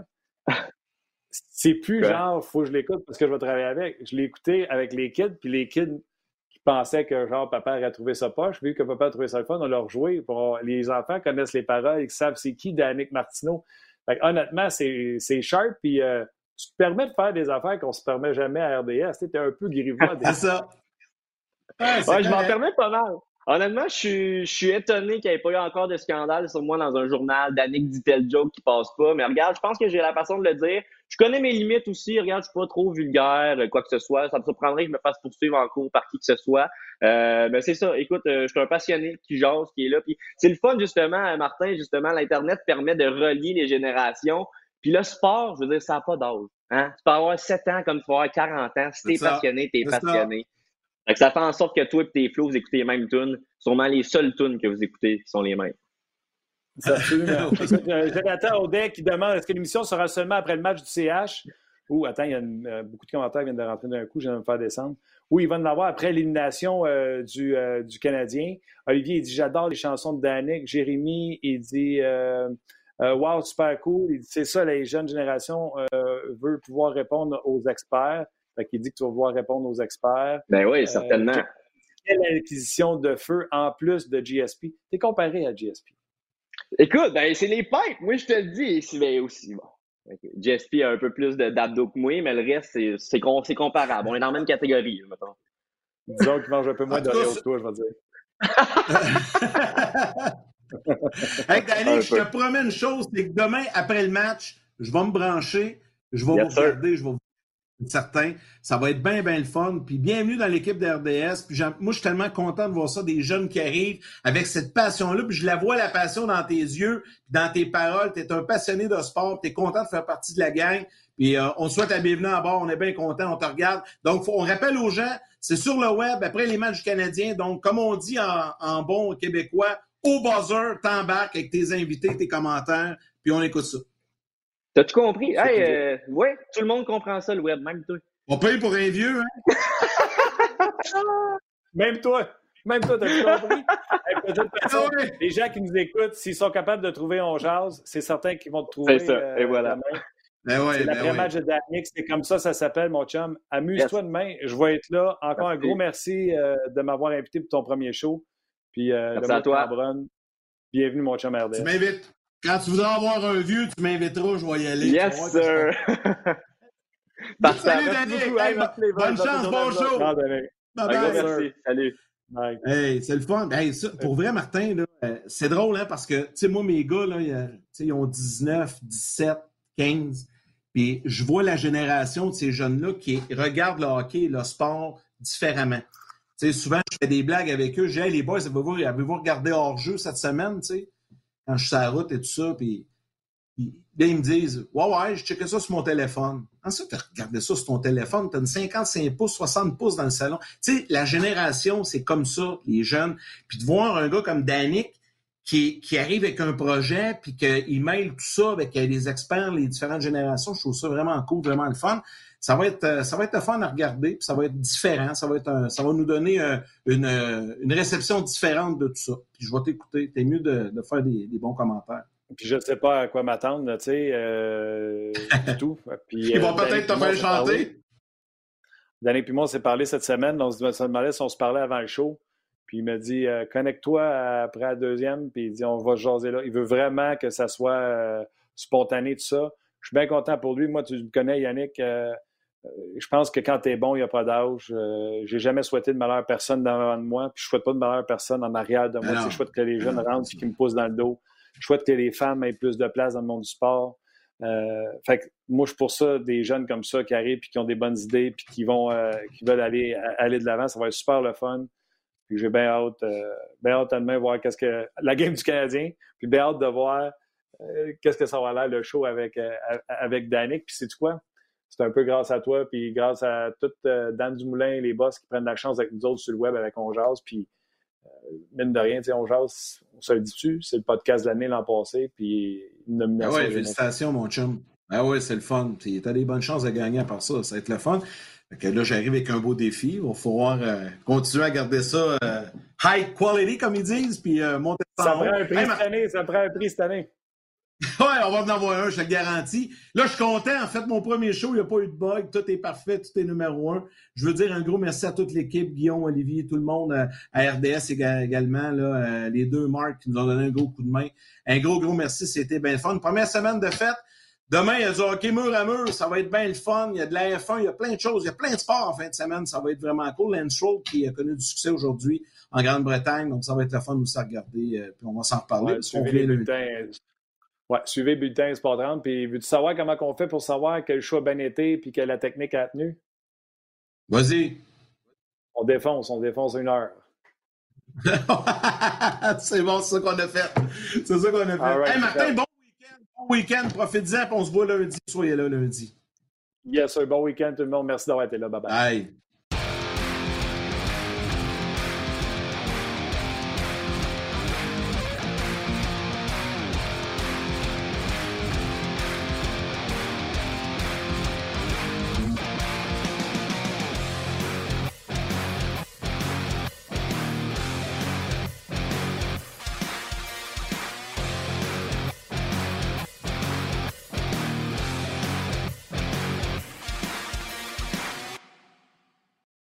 C'est plus genre, faut que je l'écoute parce que je vais travailler avec. Je l'ai écouté avec les kids, puis les kids qui pensaient que genre papa aurait trouvé ça poche, vu que papa a trouvé ça le fun, on l'a rejoué. Les enfants connaissent les paroles, ils savent c'est qui Danick Martineau. Fait que, honnêtement, c'est sharp, puis tu te permets de faire des affaires qu'on se permet jamais à RDS. Tu es un peu grivois. C'est ça. Ouais, je m'en permets pas mal. Honnêtement, je suis étonné qu'il n'y ait pas eu encore de scandale sur moi dans un journal. Danick dit tel joke qui passe pas. Mais regarde, je pense que j'ai la façon de le dire. Je connais mes limites aussi. Regarde, je suis pas trop vulgaire, quoi que ce soit. Ça me surprendrait que je me fasse poursuivre en cours par qui que ce soit. Mais c'est ça. Écoute, je suis un passionné qui jase, qui est là. Puis c'est le fun, justement, Martin. Justement, l'Internet permet de relier les générations. Puis le sport, je veux dire, ça n'a pas d'âge. Hein? Tu peux avoir 7 ans comme tu peux avoir 40 ans. Si t'es passionné, t'es passionné. Fait que ça fait en sorte que toi et tes flots, vous écoutez les mêmes tunes. Sûrement les seules tunes que vous écoutez qui sont les mêmes. Absolument. Jonathan Audet qui demande est-ce que l'émission sera seulement après le match du CH ou, attends, il y a beaucoup de commentaires qui viennent de rentrer d'un coup, je viens de me faire descendre. Ou il va en avoir après l'élimination du Canadien. Olivier, il dit j'adore les chansons de Danick. Jérémy, il dit wow, super cool. Il dit c'est ça, les jeunes générations veulent pouvoir répondre aux experts. Fait qu'il dit que tu vas pouvoir répondre aux experts. Ben oui, certainement. Quelle acquisition de feu en plus de GSP? T'es comparé à GSP. Écoute, ben c'est les pipes. Moi, je te le dis. C'est aussi, bon. Okay. GSP a un peu plus d'abdos que moi, mais le reste, c'est comparable. On est dans la même catégorie, mettons. Disons qu'il mange un peu moins d'Oreo que toi, je vais dire. Hey, Danick, je te promets une chose, c'est que demain, après le match, je vais me brancher, je vais vous regarder, je vais vous certain. Ça va être bien, bien le fun. Puis bienvenue dans l'équipe de RDS. Puis moi, je suis tellement content de voir ça, des jeunes qui arrivent avec cette passion-là. Puis je la vois, la passion dans tes yeux, dans tes paroles. Tu es un passionné de sport. Tu es content de faire partie de la gang. Puis on souhaite la bienvenue à bord. On est bien content. On te regarde. Donc, on rappelle aux gens, c'est sur le web, après les matchs du Canadien. Donc, comme on dit en bon québécois, au buzzer, t'embarques avec tes invités, tes commentaires. Puis on écoute ça. T'as-tu compris? Hey, ouais, tout le monde comprend ça, le web, même toi. On paye pour un vieux, hein? Même toi, t'as tout compris? Hey, façon, les gens qui nous écoutent, s'ils sont capables de trouver On Jase, c'est certain qu'ils vont te trouver. C'est ça, et voilà. C'est l'après-match de Danick, c'est comme ça s'appelle, mon chum. Amuse-toi demain, je vais être là. Encore un gros merci de m'avoir invité pour ton premier show. Puis, merci à toi. Bienvenue, mon chum RDS. Tu m'invites. Quand tu voudras avoir un vieux, tu m'inviteras, je vais y aller. Yes, sir! Salut, Danick! Bonne chance, bon show! Merci, salut! Hey, c'est le fun. Hey, ça, pour vrai, Martin, là, c'est drôle, hein, parce que, tu sais, moi, mes gars, là, ils ont 19, 17, 15, puis je vois la génération de ces jeunes-là qui regardent le hockey, le sport différemment. Tu sais, souvent, je fais des blagues avec eux. Je dis, hey, les boys, avez-vous regardé hors-jeu cette semaine, tu sais? Quand je suis sur la route et tout ça, puis là, ils me disent « Ouais, je checkais ça sur mon téléphone. » Ensuite, tu as regardé ça sur ton téléphone, tu as une 55 pouces, 60 pouces dans le salon. Tu sais, la génération, c'est comme ça, les jeunes. Puis de voir un gars comme Danick qui arrive avec un projet, puis qu'il mêle tout ça avec les experts, les différentes générations, je trouve ça vraiment cool, vraiment le fun. Ça va être le fun à regarder, puis ça va être différent. Ça va nous donner une réception différente de tout ça. Puis je vais t'écouter. T'es mieux de faire des bons commentaires. Puis je ne sais pas à quoi m'attendre, tu sais, du tout. Puis, ils vont peut-être te faire chanter. Danick puis moi, on s'est parlé cette semaine. On se demandait si on se parlait avant le show. Puis il m'a dit connecte-toi après la deuxième. Puis il dit on va jaser là. Il veut vraiment que ça soit spontané, tout ça. Je suis bien content pour lui. Moi, tu me connais, Yannick. je pense que quand tu es bon, il n'y a pas d'âge. J'ai jamais souhaité de malheur à personne devant de moi, puis je souhaite pas de malheur à personne en arrière de moi. Je souhaite que les jeunes rentrent et qu'ils me poussent dans le dos. Je souhaite que les femmes aient plus de place dans le monde du sport. Fait que moi, je suis pour ça, des jeunes comme ça qui arrivent et qui ont des bonnes idées puis qui veulent aller de l'avant. Ça va être super le fun. Puis j'ai bien hâte à demain voir qu'est-ce que la game du Canadien. Puis bien hâte de voir qu'est-ce que ça va l'air le show avec Danick. Puis sais-tu quoi? C'est un peu grâce à toi, puis grâce à tout Dan Dumoulin, les boss qui prennent la chance avec nous autres sur le web avec On Jase. Puis mine de rien, On Jase, on se le dit-tu, c'est le podcast de l'année l'an passé, puis une nomination. Ah ouais, félicitations, mon chum. Ah ouais, c'est le fun. T'as des bonnes chances de gagner à part ça. Ça va être le fun. Fait que là, j'arrive avec un beau défi. Il va falloir continuer à garder ça high quality, comme ils disent, puis monter ça. Ça prend un prix cette année. Ça prend un prix cette année. Ouais, on va en avoir un, je te le garantis. Là, je suis content. En fait, mon premier show, il n'y a pas eu de bug. Tout est parfait. Tout est numéro 1. Je veux dire un gros merci à toute l'équipe, Guillaume, Olivier, tout le monde, à RDS également, là, les deux Marc qui nous ont donné un gros coup de main. Un gros merci. C'était bien le fun. Première semaine de fête. Demain, il y a du hockey mur à mur. Ça va être bien le fun. Il y a de la F1. Il y a plein de choses. Il y a plein de sports en fin de semaine. Ça va être vraiment cool. Lance Stroll qui a connu du succès aujourd'hui en Grande-Bretagne. Donc, ça va être le fun aussi à regarder. Puis on va s'en reparler. Suivez Bulletin Sport 30. Puis, veux-tu savoir comment on fait pour savoir que le choix a bien été puis que la technique a tenu? Vas-y. On défonce 1 heure. C'est bon, c'est ça qu'on a fait. C'est ça qu'on a fait. Right, Martin, bon week-end. Profitez-en, puis on se voit lundi. Soyez là lundi. Yes, sir. Bon week-end tout le monde. Merci d'avoir été là. Bye-bye. Bye.